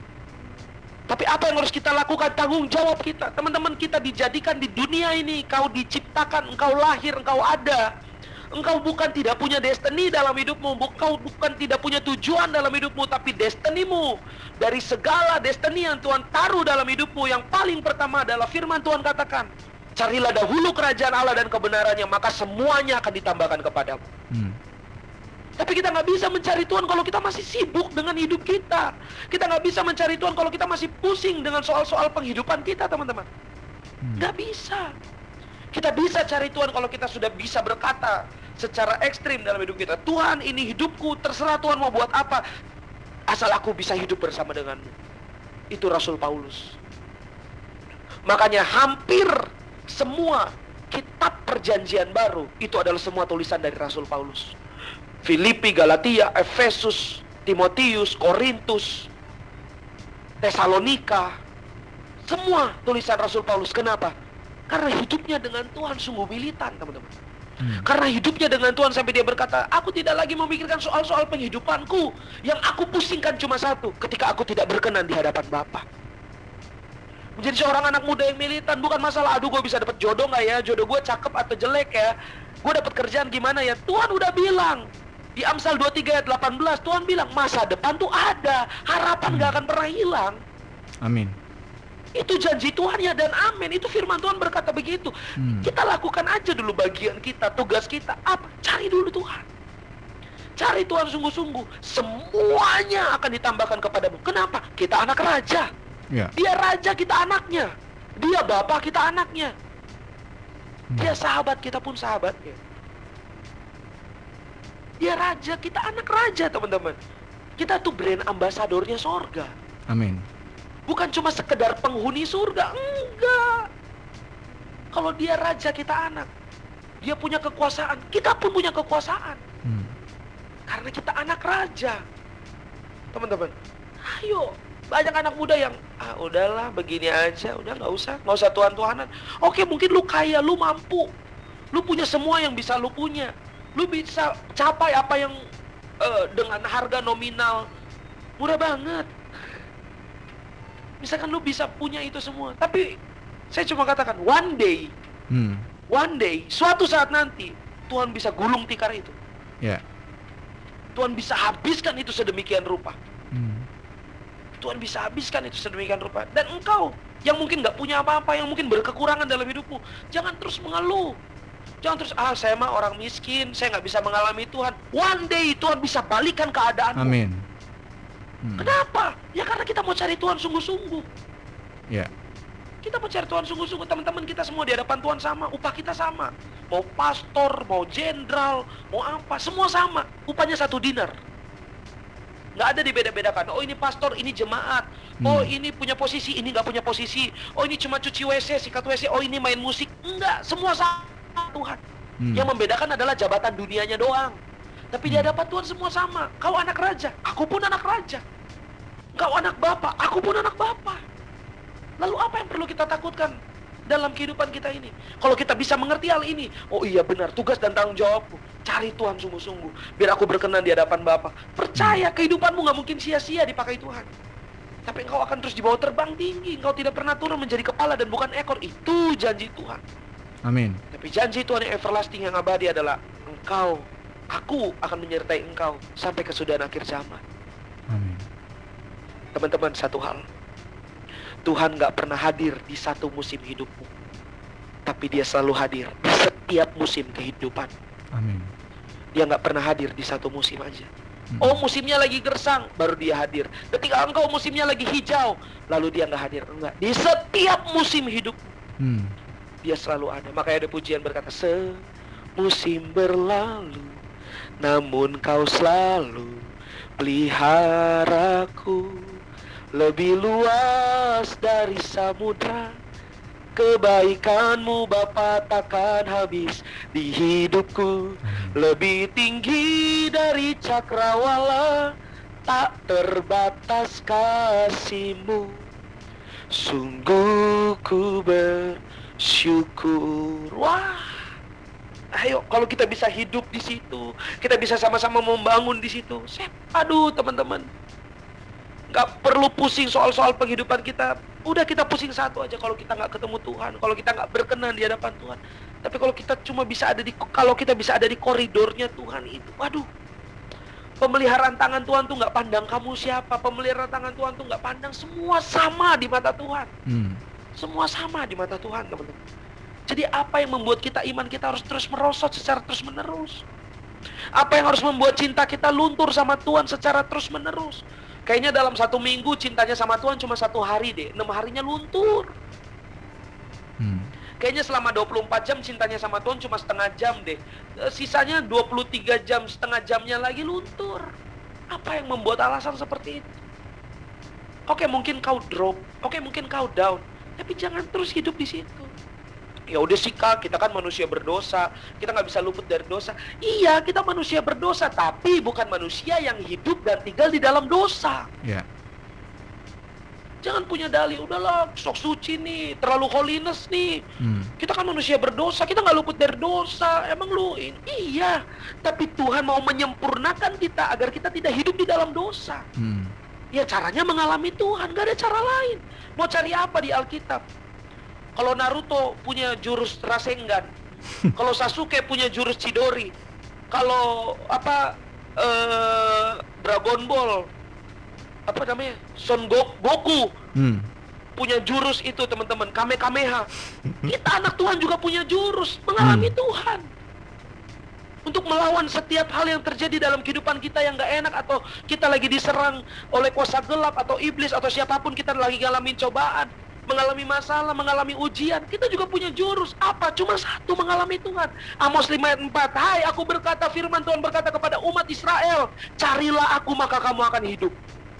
S4: Tapi apa yang harus kita lakukan? Tanggung jawab kita. Teman-teman, kita dijadikan di dunia ini. Kau diciptakan, engkau lahir, engkau ada. Engkau bukan tidak punya destiny dalam hidupmu. Engkau bukan tidak punya tujuan dalam hidupmu. Tapi destinimu, dari segala destiny yang Tuhan taruh dalam hidupmu, yang paling pertama adalah firman Tuhan katakan, carilah dahulu kerajaan Allah dan kebenarannya, maka semuanya akan ditambahkan kepadamu. Tapi kita nggak bisa mencari Tuhan kalau kita masih sibuk dengan hidup kita. Kita nggak bisa mencari Tuhan kalau kita masih pusing dengan soal-soal penghidupan kita, teman-teman. Nggak bisa. Kita bisa cari Tuhan kalau kita sudah bisa berkata secara ekstrim dalam hidup kita, Tuhan, ini hidupku, terserah Tuhan mau buat apa, asal aku bisa hidup bersama denganmu. Itu Rasul Paulus. Makanya hampir semua kitab perjanjian baru itu adalah semua tulisan dari Rasul Paulus. Filipi, Galatia, Efesus, Timotius, Korintus, Tesalonika, semua tulisan Rasul Paulus. Kenapa? Karena hidupnya dengan Tuhan sungguh militan, teman-teman. Karena hidupnya dengan Tuhan sampai dia berkata, aku tidak lagi memikirkan soal-soal penghidupanku. Yang aku pusingkan cuma satu, ketika aku tidak berkenan di hadapan Bapa. Menjadi seorang anak muda yang militan bukan masalah, aduh gue bisa dapat jodoh nggak ya, jodoh gue cakep atau jelek ya, gue dapat kerjaan gimana ya. Tuhan udah bilang di Amsal 23 ayat 18, Tuhan bilang masa depan tuh ada, harapan nggak akan pernah hilang.
S3: Amin.
S4: Itu janji Tuhan ya, dan amin. Itu firman Tuhan berkata begitu. Kita lakukan aja dulu bagian kita, tugas kita apa? Cari dulu Tuhan. Cari Tuhan sungguh-sungguh, semuanya akan ditambahkan kepadamu. Kenapa? Kita anak raja.
S3: Ya.
S4: Dia raja, kita anaknya. Dia bapak, kita anaknya. Dia sahabat, kita pun sahabatnya. Dia raja, kita anak raja, teman-teman. Kita tuh brand ambasadornya sorga.
S3: Amin.
S4: Bukan cuma sekedar penghuni surga, enggak. Kalau dia raja, kita anak. Dia punya kekuasaan, kita pun punya kekuasaan. Karena kita anak raja. Teman-teman, ayo. Banyak anak muda yang, udahlah begini aja, udah nggak usah Tuhan-Tuhanan. Oke, mungkin lu kaya, lu mampu, lu punya semua yang bisa lu punya. Lu bisa capai apa yang dengan harga nominal murah banget. Misalkan lu bisa punya itu semua. Tapi saya cuma katakan one day, suatu saat nanti Tuhan bisa gulung tikar itu. Tuhan bisa habiskan itu sedemikian rupa. Tuhan bisa habiskan itu sedemikian rupa. Dan engkau yang mungkin nggak punya apa-apa, yang mungkin berkekurangan dalam hidupmu, jangan terus mengeluh. Jangan terus, saya mah orang miskin, saya nggak bisa mengalami Tuhan. One day Tuhan bisa balikan keadaanmu.
S3: Amin.
S4: Kenapa? Ya karena kita mau cari Tuhan sungguh-sungguh.
S3: Ya.
S4: Kita mau cari Tuhan sungguh-sungguh. Teman-teman kita semua di hadapan Tuhan sama, upah kita sama. Mau pastor, mau jenderal, mau apa, semua sama. Upahnya 1 dinar. Nggak ada dibeda-bedakan. Oh ini pastor, ini jemaat. Oh ini punya posisi, ini nggak punya posisi. Oh ini cuma cuci WC, sikat WC. Oh ini main musik. Enggak, semua sama Tuhan. Yang membedakan adalah jabatan dunianya doang. Tapi di hadapan Tuhan semua sama. Kau anak raja, aku pun anak raja. Kau anak bapak, aku pun anak bapak. Lalu apa yang perlu kita takutkan dalam kehidupan kita ini? Kalau kita bisa mengerti hal ini, oh iya benar, tugas dan tanggung jawabku, cari Tuhan sungguh-sungguh, biar aku berkenan di hadapan Bapa. Percaya kehidupanmu gak mungkin sia-sia dipakai Tuhan. Tapi engkau akan terus dibawa terbang tinggi. Engkau tidak pernah turun menjadi kepala dan bukan ekor. Itu janji Tuhan.
S3: Amin.
S4: Tapi janji Tuhan yang everlasting, yang abadi adalah aku akan menyertai engkau sampai kesudahan akhir zaman.
S3: Amin.
S4: Teman-teman, satu hal, Tuhan gak pernah hadir di satu musim hidupmu, tapi dia selalu hadir di setiap musim kehidupan.
S3: Amin.
S4: Dia gak pernah hadir di satu musim aja. Oh musimnya lagi gersang, baru dia hadir. Ketika engkau musimnya lagi hijau, lalu dia gak hadir. Enggak, di setiap musim hidupmu dia selalu ada. Makanya ada pujian berkata, semusim berlalu, namun kau selalu peliharaku. Lebih luas dari samudra, kebaikanmu Bapa takkan habis di hidupku. Lebih tinggi dari cakrawala, tak terbatas kasih-Mu. Sungguh ku bersyukur. Wah, Ayo, kalau kita bisa hidup di situ, kita bisa sama-sama membangun di situ. Aduh, teman-teman, nggak perlu pusing soal-soal penghidupan kita. Udah, kita pusing satu aja, kalau kita nggak ketemu Tuhan, kalau kita nggak berkenan di hadapan Tuhan. Tapi kalau kita cuma bisa ada di koridornya Tuhan itu, waduh, pemeliharaan tangan Tuhan tuh nggak pandang kamu siapa, pemeliharaan tangan Tuhan tuh nggak pandang, semua sama di mata Tuhan. Semua sama di mata Tuhan, teman-teman. Jadi apa yang membuat iman kita harus terus merosot secara terus menerus? Apa yang harus membuat cinta kita luntur sama Tuhan secara terus menerus? Kayaknya dalam 1 minggu cintanya sama Tuhan cuma 1 hari deh, 6 harinya luntur. Kayaknya selama 24 jam cintanya sama Tuhan cuma setengah jam deh. Sisanya 23 jam, setengah jamnya lagi luntur. Apa yang membuat alasan seperti itu? Oke, mungkin kau drop, oke, mungkin kau down, tapi jangan terus hidup di situ. Ya udah sih Kak, kita kan manusia berdosa, kita nggak bisa luput dari dosa. Iya, kita manusia berdosa, tapi bukan manusia yang hidup dan tinggal di dalam dosa. Jangan punya dalih, udahlah sok suci nih, terlalu holiness nih. Kita kan manusia berdosa, kita nggak luput dari dosa. Emang lu ini? Iya, tapi Tuhan mau menyempurnakan kita agar kita tidak hidup di dalam dosa. Ya caranya mengalami Tuhan, gak ada cara lain. Mau cari apa di Alkitab? Kalau Naruto punya jurus Rasengan, kalau Sasuke punya jurus Chidori, kalau Dragon Ball, apa namanya, Son Goku punya jurus itu, teman-teman, Kamehameha. Kita anak Tuhan juga punya jurus mengalami Tuhan untuk melawan setiap hal yang terjadi dalam kehidupan kita yang gak enak, atau kita lagi diserang oleh kuasa gelap atau iblis atau siapapun, kita lagi ngalamin cobaan, mengalami masalah, mengalami ujian. Kita juga punya jurus. Apa? Cuma satu, mengalami Tuhan. Amos 5 ayat 4. Hai, aku berkata, firman Tuhan berkata kepada umat Israel, carilah aku maka kamu akan hidup.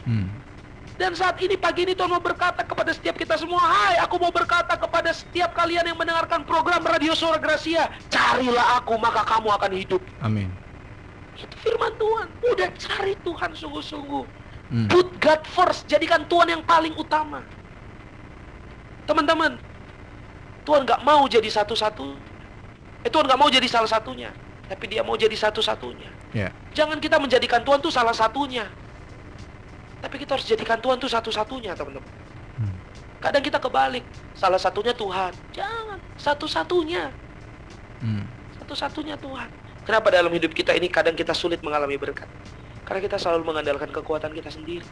S4: Dan saat ini, pagi ini, Tuhan mau berkata kepada setiap kita semua, hai, aku mau berkata kepada setiap kalian yang mendengarkan program Radio Suara Gracia, carilah aku maka kamu akan hidup.
S3: Amin.
S4: Itu firman Tuhan. Udah, cari Tuhan sungguh-sungguh. Put God first. Jadikan Tuhan yang paling utama. Teman-teman, Tuhan gak mau jadi satu-satu. Tuhan gak mau jadi salah satunya, tapi Dia mau jadi satu-satunya. Jangan kita menjadikan Tuhan tuh salah satunya, tapi kita harus jadikan Tuhan tuh satu-satunya, teman-teman. Kadang kita kebalik, salah satunya Tuhan. Jangan, satu-satunya. Satu-satunya Tuhan. Kenapa dalam hidup kita ini kadang kita sulit mengalami berkat? Karena kita selalu mengandalkan kekuatan kita sendiri.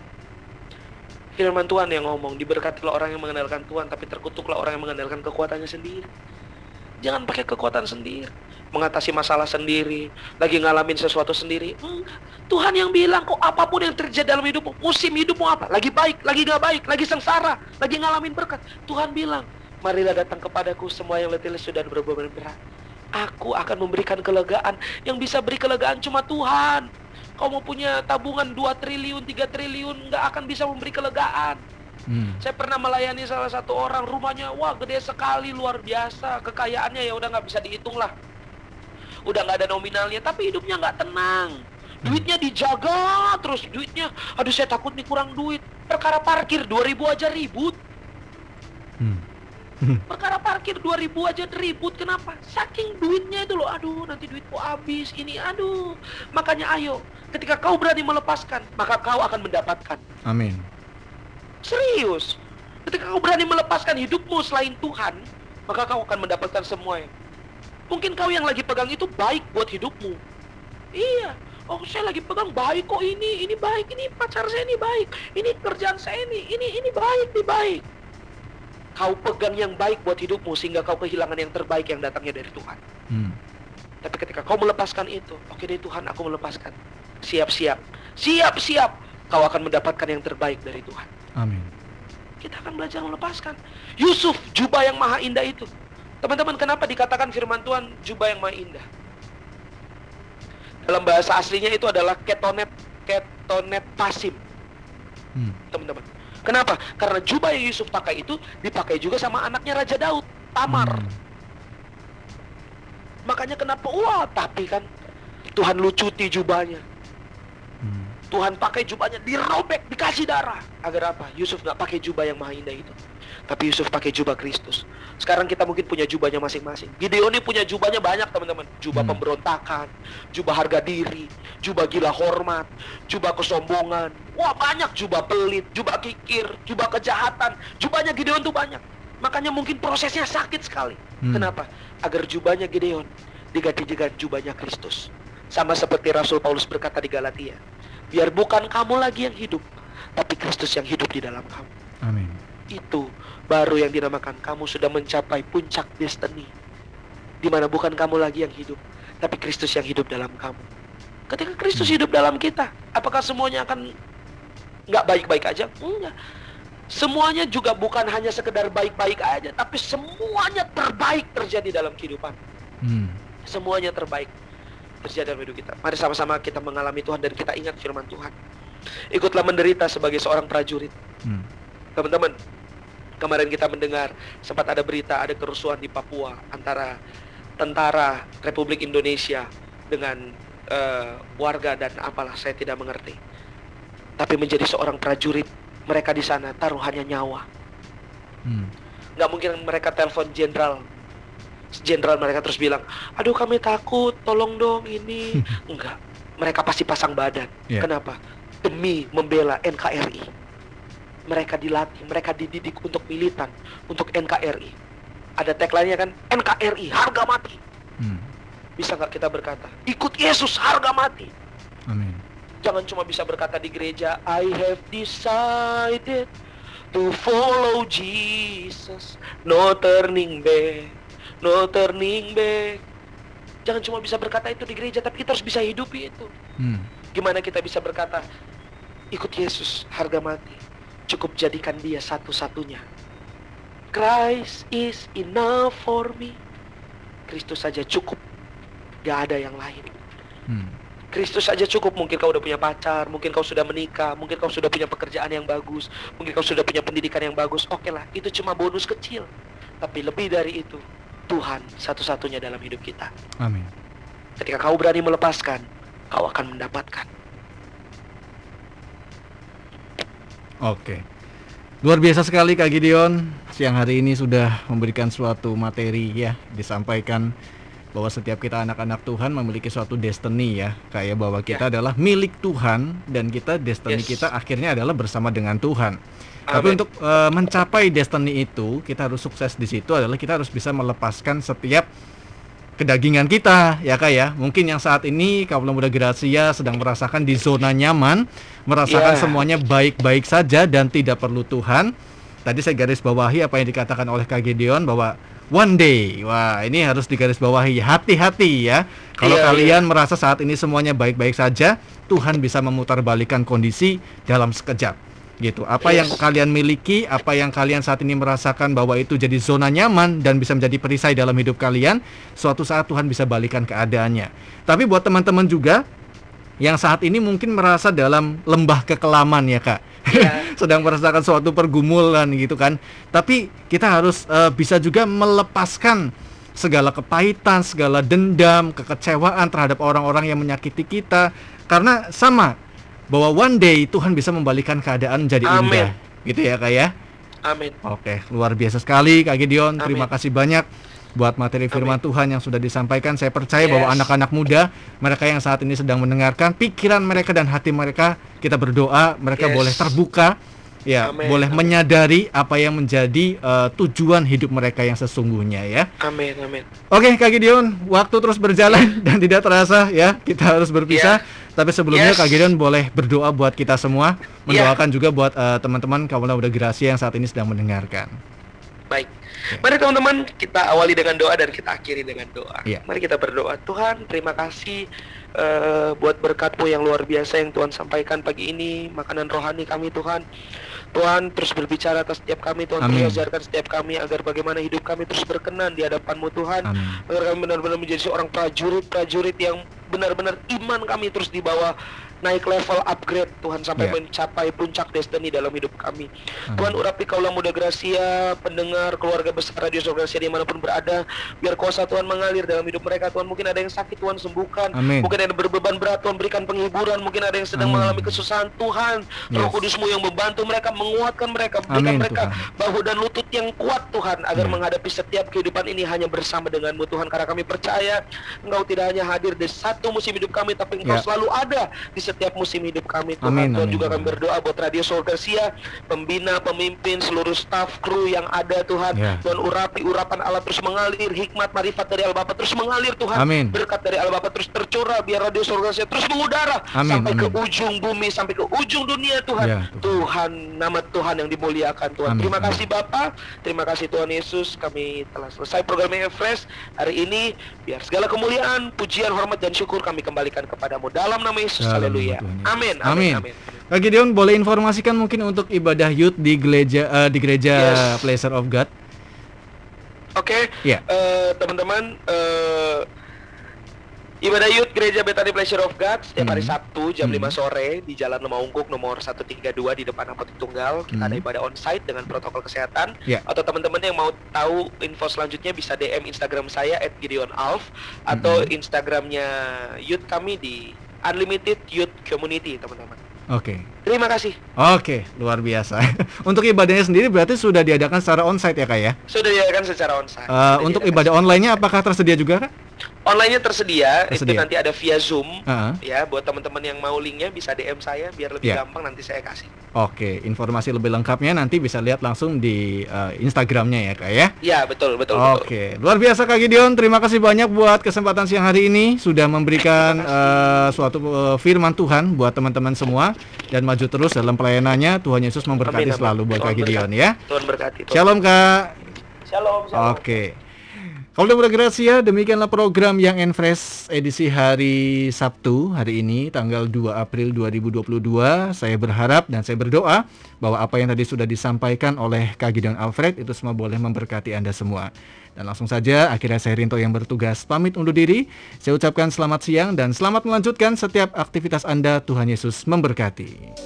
S4: Firman Tuhan yang ngomong, diberkatilah orang yang mengandalkan Tuhan, tapi terkutuklah orang yang mengandalkan kekuatannya sendiri. Jangan pakai kekuatan sendiri, mengatasi masalah sendiri, lagi ngalamin sesuatu sendiri. Enggak. Tuhan yang bilang, kok apapun yang terjadi dalam hidupmu, musim hidupmu apa, lagi baik, lagi gak baik, lagi sengsara, lagi ngalamin berkat, Tuhan bilang, marilah datang kepadaku semua yang letih lesu dan berbeban berat. Aku akan memberikan kelegaan. Yang bisa beri kelegaan cuma Tuhan. Kau mau punya tabungan 2 triliun, 3 triliun, nggak akan bisa memberi kelegaan. Saya pernah melayani salah satu orang, rumahnya wah gede sekali, luar biasa, kekayaannya ya udah nggak bisa dihitung lah, udah nggak ada nominalnya, tapi hidupnya nggak tenang. Duitnya dijaga terus, duitnya, aduh saya takut nih kurang duit. Perkara parkir 2.000 aja ribut. Perkara parkir 2.000 aja ribut. Kenapa? Saking duitnya itu loh. Aduh, nanti duitku habis ini. Aduh. Makanya ayo, ketika kau berani melepaskan, maka kau akan mendapatkan.
S3: Amin.
S4: Serius. Ketika kau berani melepaskan hidupmu selain Tuhan, maka kau akan mendapatkan semuanya. Mungkin kau yang lagi pegang itu baik buat hidupmu. Iya. Oh, saya lagi pegang baik kok, ini baik, ini pacar saya ini baik, ini kerjaan saya ini baik, ini baik. Kau pegang yang baik buat hidupmu sehingga kau kehilangan yang terbaik yang datangnya dari Tuhan. Tapi ketika kau melepaskan itu, oke deh Tuhan, aku melepaskan. Siap-siap, kau akan mendapatkan yang terbaik dari Tuhan.
S3: Amin.
S4: Kita akan belajar melepaskan. Yusuf, jubah yang maha indah itu. Teman-teman, kenapa dikatakan firman Tuhan jubah yang maha indah? Dalam bahasa aslinya itu adalah ketonet pasim. Teman-teman, kenapa? Karena jubah yang Yusuf pakai itu dipakai juga sama anaknya Raja Daud, Tamar. Makanya kenapa? Wah, tapi kan Tuhan lucuti jubahnya. Tuhan pakai jubahnya dirobek, dikasih darah. Agar apa? Yusuf gak pakai jubah yang maha indah itu. Tapi Yusuf pakai jubah Kristus. Sekarang kita mungkin punya jubahnya masing-masing. Gideon ini punya jubahnya banyak, teman-teman. Jubah pemberontakan, jubah harga diri, jubah gila hormat, jubah kesombongan. Wah, banyak, jubah pelit, jubah kikir, jubah kejahatan. Jubahnya Gideon tuh banyak. Makanya mungkin prosesnya sakit sekali. Kenapa? Agar jubahnya Gideon diganti dengan jubahnya Kristus. Sama seperti Rasul Paulus berkata di Galatia, biar bukan kamu lagi yang hidup, tapi Kristus yang hidup di dalam kamu.
S3: Amin.
S4: Itu baru yang dinamakan kamu sudah mencapai puncak destiny, di mana bukan kamu lagi yang hidup, tapi Kristus yang hidup dalam kamu. Ketika Kristus hidup dalam kita, apakah semuanya akan nggak baik-baik aja? Enggak. Semuanya juga bukan hanya sekedar baik-baik aja, tapi semuanya terbaik terjadi dalam kehidupan. Semuanya terbaik terjadi dalam hidup kita. Mari sama-sama kita mengalami Tuhan dan kita ingat firman Tuhan. Ikutlah menderita sebagai seorang prajurit. Teman-teman, kemarin kita mendengar sempat ada berita ada kerusuhan di Papua antara tentara Republik Indonesia dengan warga dan apalah, saya tidak mengerti. Tapi menjadi seorang prajurit, mereka di sana taruhannya nyawa. Nggak mungkin mereka telepon jenderal mereka terus bilang, aduh kami takut, tolong dong ini. Enggak, mereka pasti pasang badan. Kenapa? Demi membela NKRI. Mereka dilatih, mereka dididik untuk militan, untuk NKRI. Ada tagline-nya kan, NKRI, harga mati. Bisa nggak kita berkata, ikut Yesus, harga mati.
S3: Amin.
S4: Jangan cuma bisa berkata di gereja, I have decided to follow Jesus, no turning back, no turning back. Jangan cuma bisa berkata itu di gereja, tapi kita harus bisa hidupi itu. Gimana kita bisa berkata, ikut Yesus, harga mati, cukup jadikan dia satu-satunya. Christ is enough for me. Kristus saja cukup, gak ada yang lain. Kristus saja cukup. Mungkin kau udah punya pacar, mungkin kau sudah menikah, mungkin kau sudah punya pekerjaan yang bagus, mungkin kau sudah punya pendidikan yang bagus. Oke lah, itu cuma bonus kecil. Tapi lebih dari itu, Tuhan satu-satunya dalam hidup kita.
S3: Amin.
S4: Ketika kau berani melepaskan, kau akan mendapatkan.
S3: Oke. Luar biasa sekali Kak Gideon. Siang hari ini sudah memberikan suatu materi ya, disampaikan bahwa setiap kita anak-anak Tuhan memiliki suatu destiny ya, kayak bahwa kita adalah milik Tuhan dan kita destiny kita akhirnya adalah bersama dengan Tuhan. Tapi untuk mencapai destiny itu, kita harus sukses di situ adalah kita harus bisa melepaskan setiap kedagingan kita ya Kak ya. Mungkin yang saat ini Kaula Muda Gracia sedang merasakan di zona nyaman, merasakan semuanya baik-baik saja dan tidak perlu Tuhan. Tadi saya garis bawahi apa yang dikatakan oleh Kak Gideon bahwa one day, wah ini harus digarisbawahi, hati-hati ya. Kalau kalian merasa saat ini semuanya baik-baik saja, Tuhan bisa memutarbalikkan kondisi dalam sekejap. Gitu. Apa yang kalian miliki, apa yang kalian saat ini merasakan bahwa itu jadi zona nyaman dan bisa menjadi perisai dalam hidup kalian, suatu saat Tuhan bisa balikan keadaannya. Tapi buat teman-teman juga yang saat ini mungkin merasa dalam lembah kekelaman ya Kak, sedang merasakan suatu pergumulan gitu kan. Tapi kita harus bisa juga melepaskan segala kepahitan, segala dendam, kekecewaan terhadap orang-orang yang menyakiti kita. Karena sama, bahwa one day Tuhan bisa membalikan keadaan menjadi indah. Gitu ya Kak ya.
S4: Amin.
S3: Oke, luar biasa sekali Kak Gideon. Terima kasih banyak buat materi firman Tuhan yang sudah disampaikan. Saya percaya bahwa anak-anak muda, mereka yang saat ini sedang mendengarkan, pikiran mereka dan hati mereka, kita berdoa mereka boleh terbuka ya, boleh menyadari apa yang menjadi tujuan hidup mereka yang sesungguhnya ya. Amin. Oke Kak Gideon, waktu terus berjalan dan tidak terasa ya, kita harus berpisah. Tapi sebelumnya Kak Gideon boleh berdoa buat kita semua, mendoakan juga buat teman-teman Kaula Muda Gracia yang saat ini sedang mendengarkan.
S4: Baik. Mari teman-teman, kita awali dengan doa dan kita akhiri dengan doa. Mari kita berdoa. Tuhan, terima kasih buat berkat-Mu yang luar biasa yang Tuhan sampaikan pagi ini, makanan rohani kami Tuhan. Tuhan terus berbicara atas setiap kami, Tuhan terus ajarkan setiap kami agar bagaimana hidup kami terus berkenan di hadapan-Mu Tuhan. Agar kami benar-benar menjadi seorang prajurit yang benar-benar iman kami terus dibawa naik level upgrade Tuhan sampai
S3: Ya.
S4: mencapai puncak destiny dalam hidup kami. Tuhan urapi kaulah muda Gracia, pendengar, keluarga besar Radio Suara Gracia dimanapun berada, biar kuasa Tuhan mengalir dalam hidup mereka. Tuhan, mungkin ada yang sakit, Tuhan sembuhkan.
S3: Amin.
S4: Mungkin ada yang berbeban berat, Tuhan berikan penghiburan. Mungkin ada yang sedang
S3: Amin.
S4: mengalami kesusahan, Tuhan, Roh
S3: Yes.
S4: Kudus-Mu yang membantu mereka, menguatkan mereka, berikan
S3: Amin,
S4: mereka
S3: Tuhan.
S4: bahu dan lutut yang kuat, Tuhan, agar
S3: Ya.
S4: menghadapi setiap kehidupan ini hanya bersama dengan-Mu, Tuhan. Karena kami percaya Engkau tidak hanya hadir di satu musim hidup kami, tapi Engkau
S3: Ya.
S4: selalu ada di setiap musim hidup kami, Tuhan.
S3: Amin,
S4: Tuhan,
S3: amin,
S4: juga kami
S3: Tuhan.
S4: berdoa buat Radio Suara Gracia, pembina, pemimpin, seluruh staf, kru yang ada, Tuhan.
S3: Ya.
S4: Tuhan, urapi urapan Allah terus mengalir, hikmat, marifat dari Allah Bapa terus mengalir, Tuhan.
S3: Amin.
S4: Berkat dari Allah Bapa terus tercurah, biar Radio Suara Gracia terus mengudara
S3: Amin,
S4: sampai ke
S3: amin.
S4: ujung bumi, sampai ke ujung dunia, Tuhan.
S3: Ya,
S4: Tuhan, nama Tuhan yang dimuliakan, Tuhan.
S3: Amin,
S4: Terima
S3: amin.
S4: kasih Bapa, terima kasih Tuhan Yesus. Kami telah selesai program Fresh hari ini. Biar segala kemuliaan, pujian, hormat dan syukur kami kembalikan kepadamu dalam nama Yesus.
S3: Dalam
S4: Haleluya.
S3: nama Tuhan Yesus.
S4: Amin.
S3: Amin.
S4: Amin.
S3: Kak Gideon, boleh informasikan mungkin untuk ibadah youth di gereja
S4: Yes.
S3: Pleasure of God?
S4: Oke,
S3: Ya.
S4: teman-teman, ibadah youth Gereja Bethany Pleasure of God setiap hari
S3: Hmm.
S4: Sabtu jam
S3: Hmm.
S4: 5 sore di Jalan Lemaungkuk nomor 132 di depan Apotek Tunggal. Kita ada
S3: Hmm.
S4: ibadah onsite dengan protokol kesehatan.
S3: Ya.
S4: Atau teman-teman yang mau tahu info selanjutnya bisa DM Instagram saya @gideonalf atau
S3: Hmm.
S4: Instagramnya youth kami di Unlimited Youth Community, teman-teman.
S3: Oke.
S4: Terima kasih.
S3: Oke, luar biasa. Untuk ibadahnya sendiri berarti sudah diadakan secara onsite ya, Kak ya?
S4: Sudah diadakan secara onsite. Sudah
S3: Untuk
S4: diadakan.
S3: ibadah online-nya apakah tersedia juga, Kak?
S4: Online-nya tersedia, itu
S3: Tersedia.
S4: nanti ada via Zoom.
S3: Heeh.
S4: Ya, buat teman-teman yang mau linknya bisa DM saya biar lebih
S3: Ya.
S4: gampang, nanti saya kasih.
S3: Oke, informasi lebih lengkapnya nanti bisa lihat langsung di Instagramnya ya, Kak ya?
S4: Ya, betul.
S3: Oke, luar biasa Kak Gideon. Terima kasih banyak buat kesempatan siang hari ini sudah memberikan suatu firman Tuhan buat teman-teman semua dan maju terus dalam pelayanannya. Tuhan Yesus memberkati
S4: Amin, amin.
S3: selalu buat
S4: Tuhan
S3: Kak Gideon
S4: berkati.
S3: ya.
S4: Tuhan berkati. Tuhan.
S3: Shalom Kak.
S4: Shalom.
S3: Oke. Kalau udah Gracia, demikianlah program yang Fresh edisi hari Sabtu hari ini tanggal 2 April 2022. Saya berharap dan saya berdoa bahwa apa yang tadi sudah disampaikan oleh Kak Gideon Alfred itu semua boleh memberkati Anda semua. Dan langsung saja akhirnya saya Rinto yang bertugas pamit undur diri. Saya ucapkan selamat siang dan selamat melanjutkan setiap aktivitas Anda. Tuhan Yesus memberkati.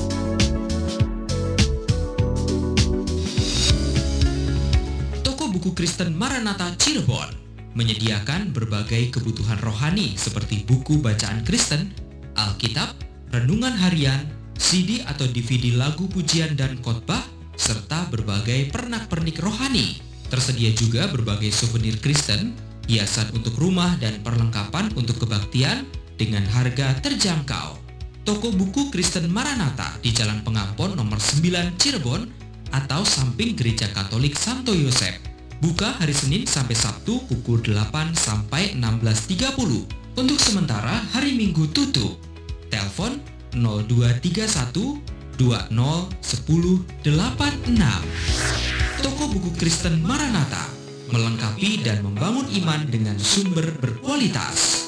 S1: Buku Kristen Maranatha Cirebon menyediakan berbagai kebutuhan rohani seperti buku bacaan Kristen, Alkitab, renungan harian, CD atau DVD lagu pujian dan khotbah, serta berbagai pernak-pernik rohani. Tersedia juga berbagai souvenir Kristen, hiasan untuk rumah dan perlengkapan untuk kebaktian dengan harga terjangkau. Toko buku Kristen Maranatha di Jalan Pengampon nomor 9 Cirebon atau samping Gereja Katolik Santo Yosef. Buka hari Senin sampai Sabtu pukul 8 sampai 16.30. Untuk sementara hari Minggu tutup. Telepon 0231 20 10 86. Toko buku Kristen Maranatha melengkapi dan membangun iman dengan sumber berkualitas.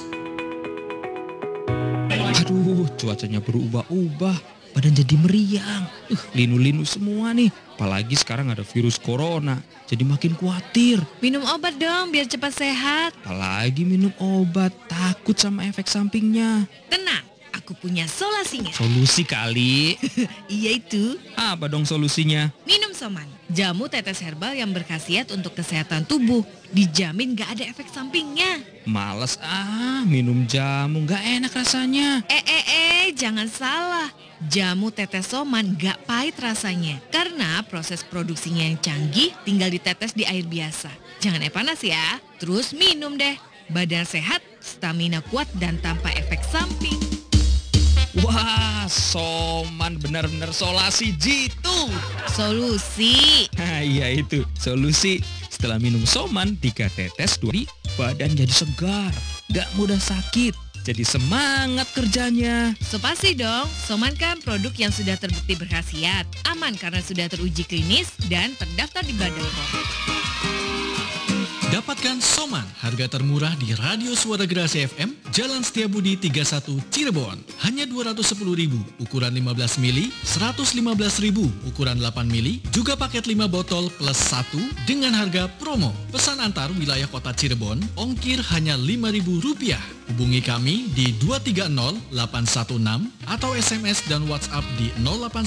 S5: Aduh, cuacanya berubah-ubah. Badan jadi meriang. Linu-linu semua nih. Apalagi sekarang ada virus corona. Jadi makin khawatir.
S6: Minum obat dong biar cepat sehat.
S5: Apalagi minum obat. Takut sama efek sampingnya.
S6: Tenang, aku punya solusinya.
S5: Solusi kali.
S6: Iya itu,
S5: Apa dong solusinya?
S6: minum Soman. Jamu tetes herbal yang berkhasiat untuk kesehatan tubuh. Dijamin gak ada efek sampingnya.
S5: Males minum jamu. Gak enak rasanya.
S6: Jangan salah. Jamu tetes Soman gak pahit rasanya. Karena proses produksinya yang canggih tinggal ditetes di air biasa. Jangan panas ya. Terus minum deh. Badan sehat, stamina kuat dan tanpa efek samping.
S5: Wah, Soman benar-benar solusi jitu.
S6: Solusi.
S5: Iya itu, solusi. Setelah minum Soman 3 tetes 2 hari, badan jadi segar. Gak mudah sakit. Jadi semangat kerjanya.
S6: So pasti dong, Soman kan produk yang sudah terbukti berkhasiat, aman karena sudah teruji klinis dan terdaftar di Badan POM.
S3: Dapatkan Soman, harga termurah di Radio Suara Gerasi FM, Jalan Setiabudi 31 Cirebon. Hanya 210.000, ukuran 15 mili, 115.000, ukuran 8 mili, juga paket 5 botol plus 1 dengan harga promo. Pesan antar wilayah kota Cirebon, ongkir hanya Rp5.000. Hubungi kami di 230-816 atau SMS dan WhatsApp di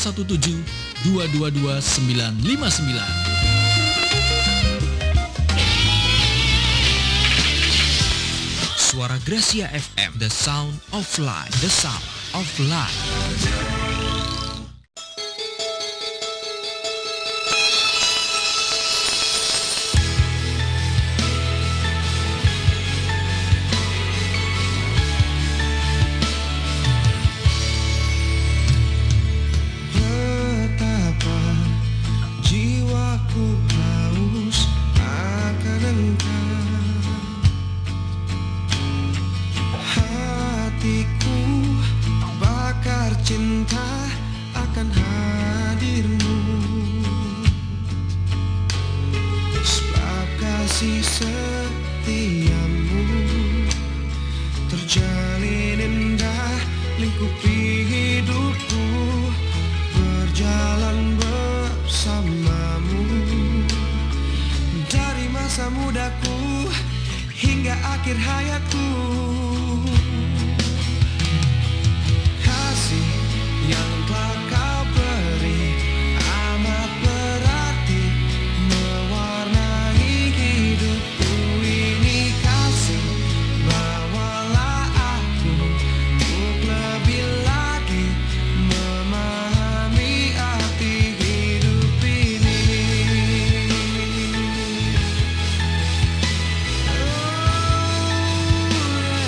S3: 0817-222-959.
S1: Suara Gracia FM, the sound of life, the sound of life.
S7: Betapa jiwaku haus akan engkau, hatiku bakar cinta akan hadirmu, sebab kasih setiamu terjalin indah lingkupi hidupku, berjalan bersamamu dari masa mudaku hingga akhir hayatku. Kasih yang telah kau beri amat berarti mewarnai hidupku ini. Kasih, bawalah aku untuk lebih lagi memahami arti hidup ini. Oh,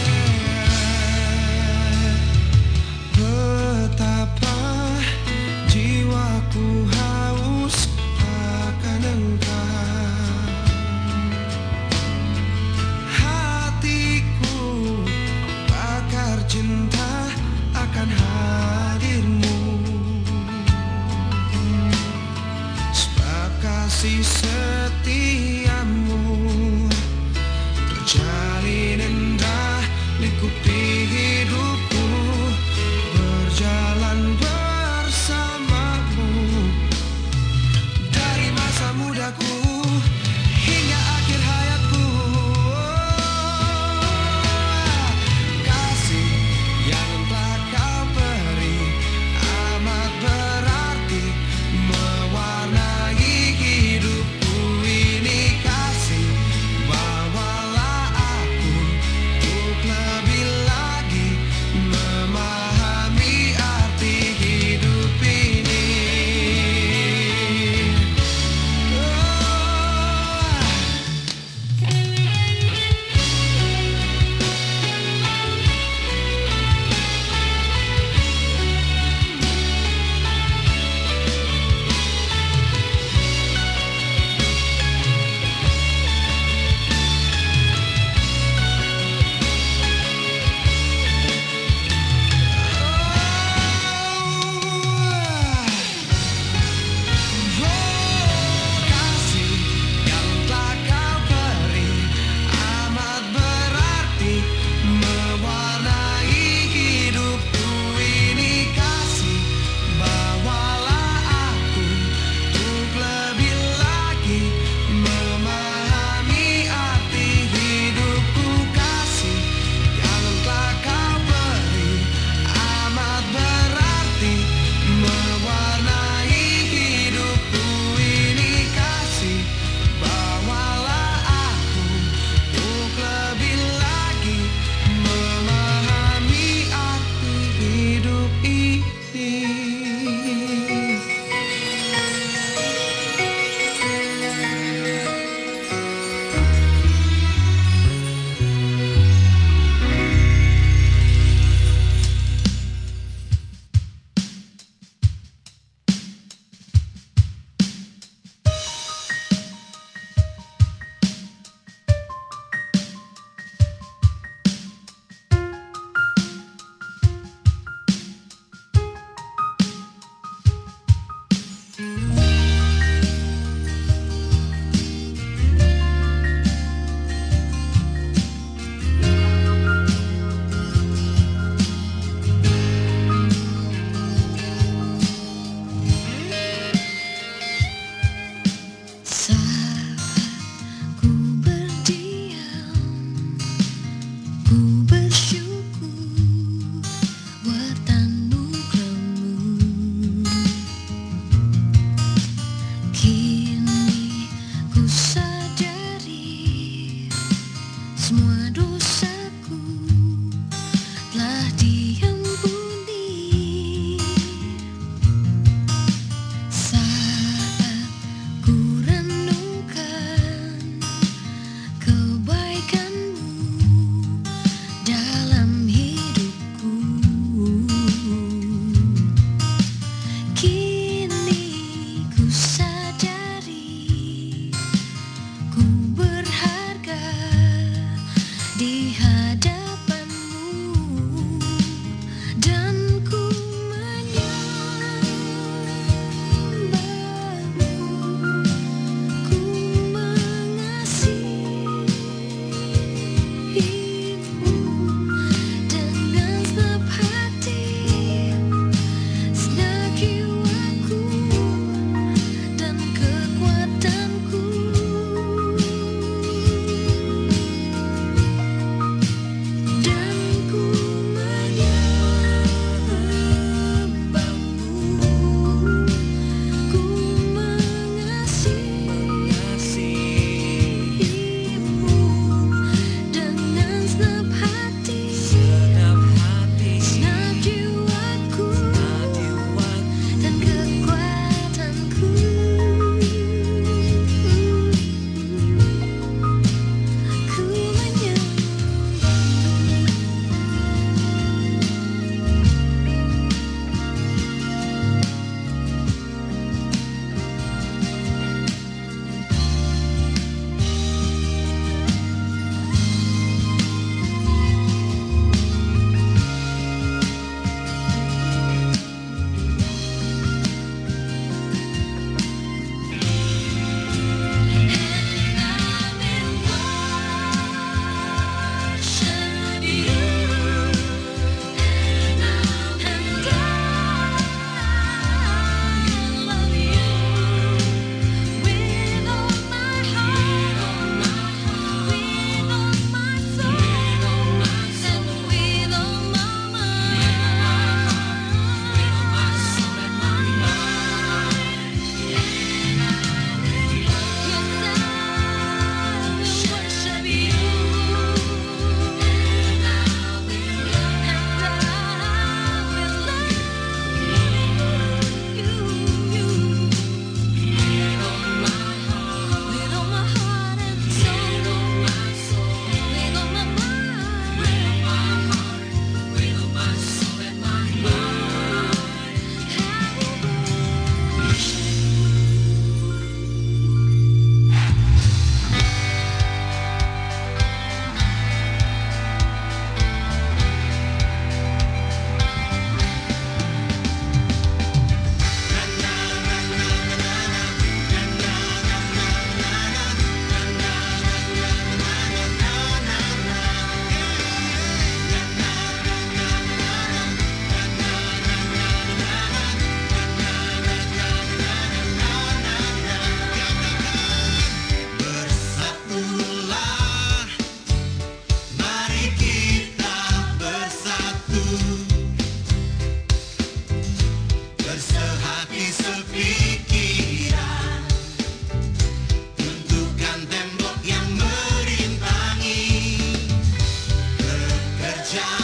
S7: Jangan